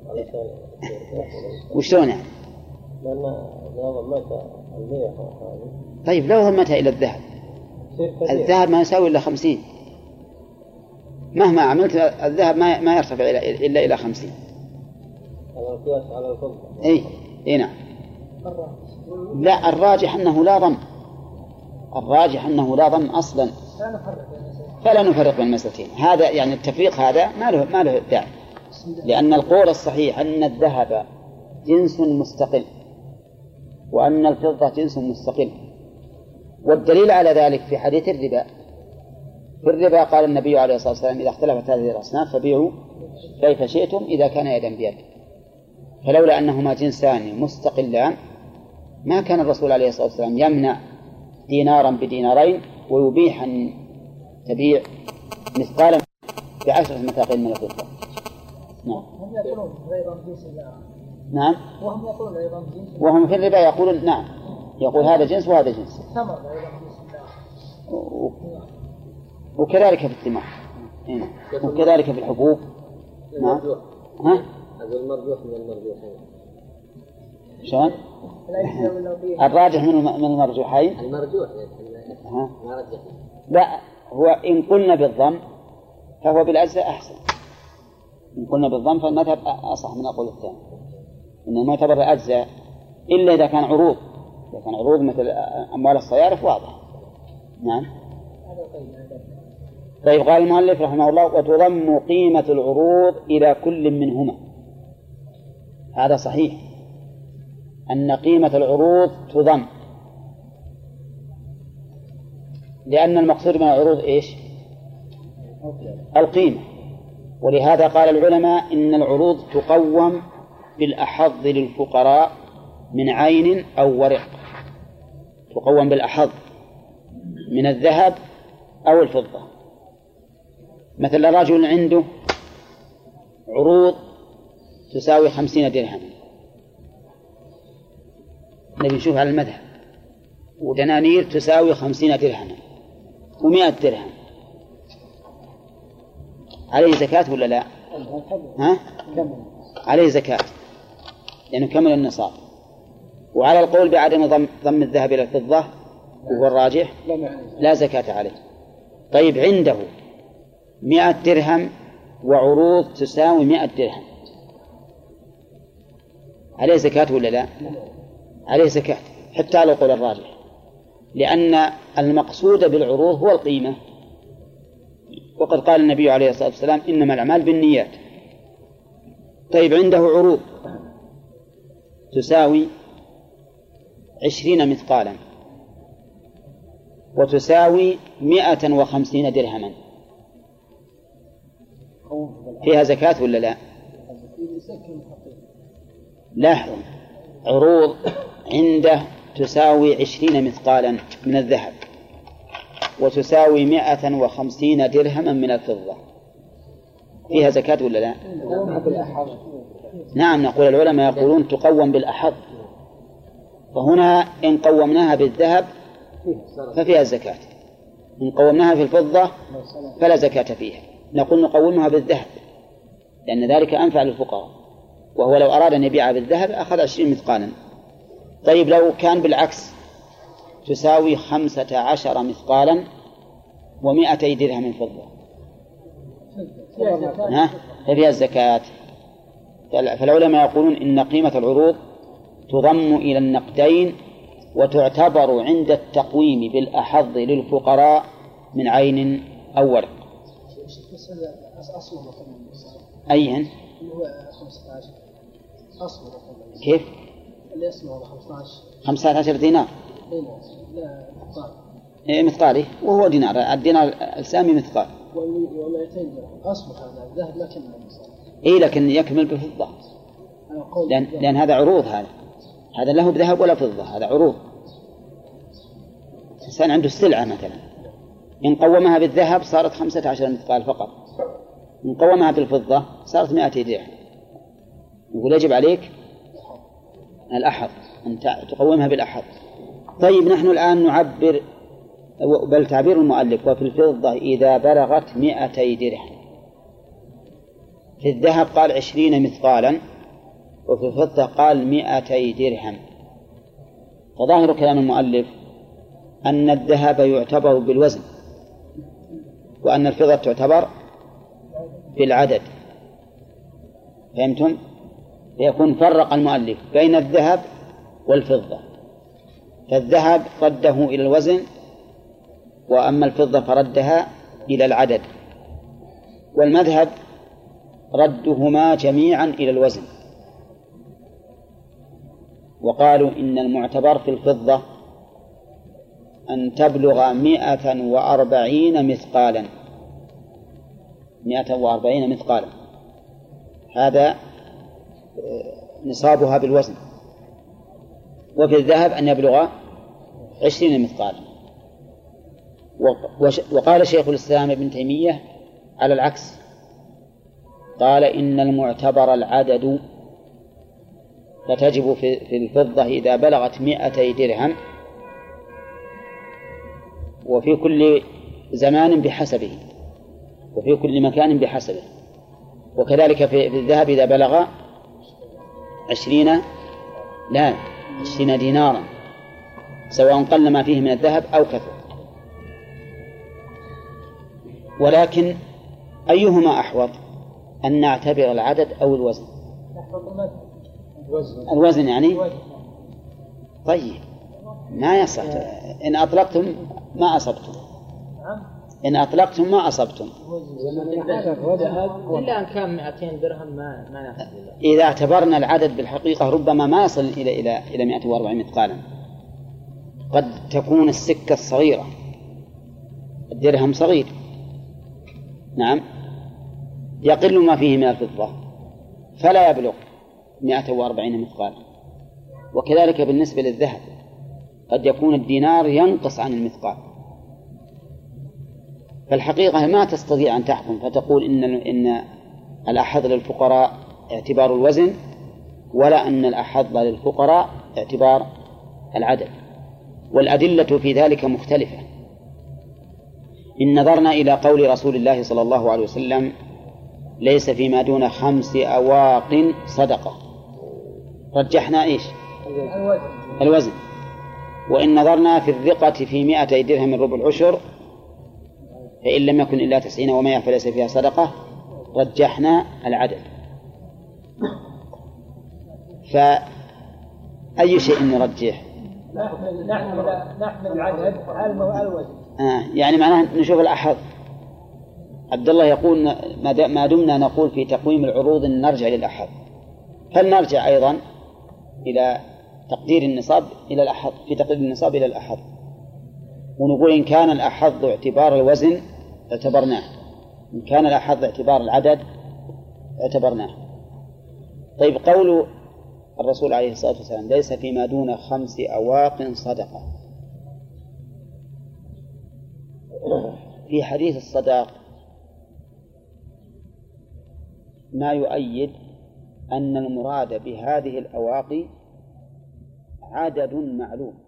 وشلون يعني؟ لأن لو ضمتها المية. طيب لو ضمتها إلى الذهب، الذهب ما يساوي إلا خمسين، مهما عملت الذهب ما ما يرتفع إلا إلا إلى خمسين. على القياس على الفضة. إيه إيه نعم. لا، الراجح أنه لا ضم، الراجح أنه لا ضم أصلا، فلا نفرق بين المسألتين. هذا يعني التفريق هذا ما له ما له داعي، لأن القول الصحيح أن الذهب جنس مستقل وأن الفضة جنس مستقل. والدليل على ذلك في حديث الربا. في الربا قال النبي عليه الصلاة والسلام إذا اختلفت هذه الأصناف فبيعوا كيف شئتم إذا كان يدا بيد. فلولا أنهما جنسان مستقلان ما كان الرسول عليه الصلاة والسلام يمنع دينارا بدينارين ويبيح أن تبيع مثقالا بعشرة مثاقين من الفضة. نعم. هم يقولون أيضا جنس الآخر. نعم. وهم يقولون أيضا جنس. وهم في الربا يقولون نعم، يقول هذا جنس وهذا جنس. الثمر أيضا جنس الآخر. و... وكذلك في الثمار. وكذلك في الحبوب. نعم. ها؟ هذا المرجوح من المرجوحين. شلون؟ الراجح من من المرجوحين. المرجوح ها؟ ما رجح. لا، هو إن قلنا بالضم فهو بالأجزاء أحسن. إن قلنا بالضم فالمذهب أصح من أقول الثاني، إنه ما يعتبر الأجزاء إلا إذا كان عروض، إذا كان عروض مثل أموال الصيارف واضح. نعم. طيب قال المؤلف رحمه الله وتضم قيمة العروض إلى كل منهما. هذا صحيح أن قيمة العروض تضم، لأن المقصود من العروض إيش؟ القيمة. ولهذا قال العلماء إن العروض تقوم بالأحظ للفقراء من عين أو ورق، تقوم بالأحظ من الذهب أو الفضة. مثل رجل عنده عروض تساوي خمسين درهما، نبي نشوف على المذهب، ودنانير تساوي خمسين درهما ومائة درهم، عليه زكاة ولا لا؟ ها؟ عليه زكاة لأنه كمل النصاب. وعلى القول بعدم ضم, ضم الذهب إلى الفضة وهو الراجح لا زكاة عليه. طيب عنده مائة درهم وعروض تساوي مائة درهم، عليه زكاة ولا لا؟ عليه زكاة حتى على القول الراجح، لأن المقصود بالعروض هو القيمة. وقد قال النبي عليه الصلاة والسلام إنما الأعمال بالنيات. طيب عنده عروض تساوي عشرين مثقالا وتساوي مائة وخمسين درهما، فيها زكاة ولا لا؟ لاحظ، عروض عنده تساوي عشرين مثقالا من الذهب وتساوي مائة وخمسين درهما من الفضة، فيها زكاة ولا لا؟ نعم، نقول العلماء يقولون تقوم بالأحظ، فهنا إن قومناها بالذهب ففيها الزكاة، إن قومناها في الفضة فلا زكاة فيها. نقول نقومها بالذهب لأن ذلك أنفع للفقراء، وهو لو أراد أن يبيعها بالذهب أخذ عشرين مثقالا. طيب لو كان بالعكس تساوي خمسة عشر مثقالا ومائتي درهم من فضة، ففيها الزكاة. فالعلماء يقولون إن قيمة العروض تضم إلى النقدين وتعتبر عند التقويم بالأحظ للفقراء من عين أو ورق. أيهن؟ كيف؟ اللي اسمه خمسة عشر خمسة عشر دينار. إيه مثقالي، وهو دينار، الدينار السامي مثقال. ومئتين درهم أصبح هذا الذهب لكن إيه لكن يكمل بفضة، لأن, لأن هذا عروض، هذا هذا له بذهب ولا فضة، هذا عروض. إنسان عنده السلعة مثلا إن قومها بالذهب صارت خمسة عشر مثقال فقط، إن قومها بالفضة صارت مائتي درهم. يقول يجب عليك الأحظ، أن تقومها بالأحظ. طيب نحن الآن نعبر، بل تعبير المؤلف وفي الفضة إذا بلغت مائتي درهم. في الذهب قال عشرين مثقالا، وفي الفضة قال مائتي درهم. فظاهر كلام المؤلف أن الذهب يعتبر بالوزن وأن الفضة تعتبر بالعدد. فهمتم؟ فيكون فرق المؤلف بين الذهب والفضة، فالذهب رده إلى الوزن، وأما الفضة فردها إلى العدد. والمذهب ردهما جميعا إلى الوزن، وقالوا إن المعتبر في الفضة أن تبلغ مائة وأربعين مثقالا، مائة وأربعين مثقالا، هذا نصابها بالوزن. وفي الذهب أن يبلغ عشرين مثقالا. وقال شيخ الإسلام ابن تيمية على العكس، قال إن المعتبر العدد، فتجب في الفضة إذا بلغت مائتي درهم، وفي كل زمان بحسبه، وفي كل مكان بحسبه. وكذلك في الذهب إذا بلغ عشرين لا عشرين دينارا، سواء قل ما فيه من الذهب أو كثر. ولكن أيهما أحوط، أن نعتبر العدد أو الوزن؟ الوزن يعني. طيب ما يصح، إن أطلقتم ما أصبتم، إن أطلقتم ما أصبتم. إلا أن كان مئتين درهم ما ما يأخذ. إذا اعتبرنا العدد بالحقيقة ربما ما يصل إلى إلى إلى مائة وأربعين مثقالا، قد تكون السكة الصغيرة، الدرهم صغير، نعم، يقل ما فيه من الفضة فلا يبلغ مائة وأربعين مثقالا. وكذلك بالنسبة للذهب قد يكون الدينار ينقص عن المثقال. فالحقيقة ما تستطيع أن تحكم فتقول إن إن الأحظ للفقراء اعتبار الوزن، ولا أن الأحظ للفقراء اعتبار العدد. والأدلة في ذلك مختلفة. إن نظرنا إلى قول رسول الله صلى الله عليه وسلم: ليس فيما دون خمس أواق صدقة، رجحنا إيش؟ الوزن. الوزن. وإن نظرنا في الرقة في مائتي درهم من ربع العشر، فإن لم يكن إلا تسعين ومائة فليس فيها صدقة، رجحنا العدد. فأي شيء نرجح؟ نحمل العدد على الوزن. آه يعني معناه نشوف الأحظ. عبد الله يقول ما دمنا نقول في تقويم العروض نرجع للأحظ، فلنرجع أيضا إلى تقدير النصاب إلى الأحظ، في تقدير النصاب إلى الأحظ. ونقول إن كان الأحظ اعتبار الوزن اعتبرناه، إن كان الأحظ اعتبار العدد اعتبرناه. طيب قول الرسول عليه الصلاة والسلام ليس فيما دون خمس أواق صدقة، في حديث الصداق ما يؤيد أن المراد بهذه الأواقي عدد معلوم،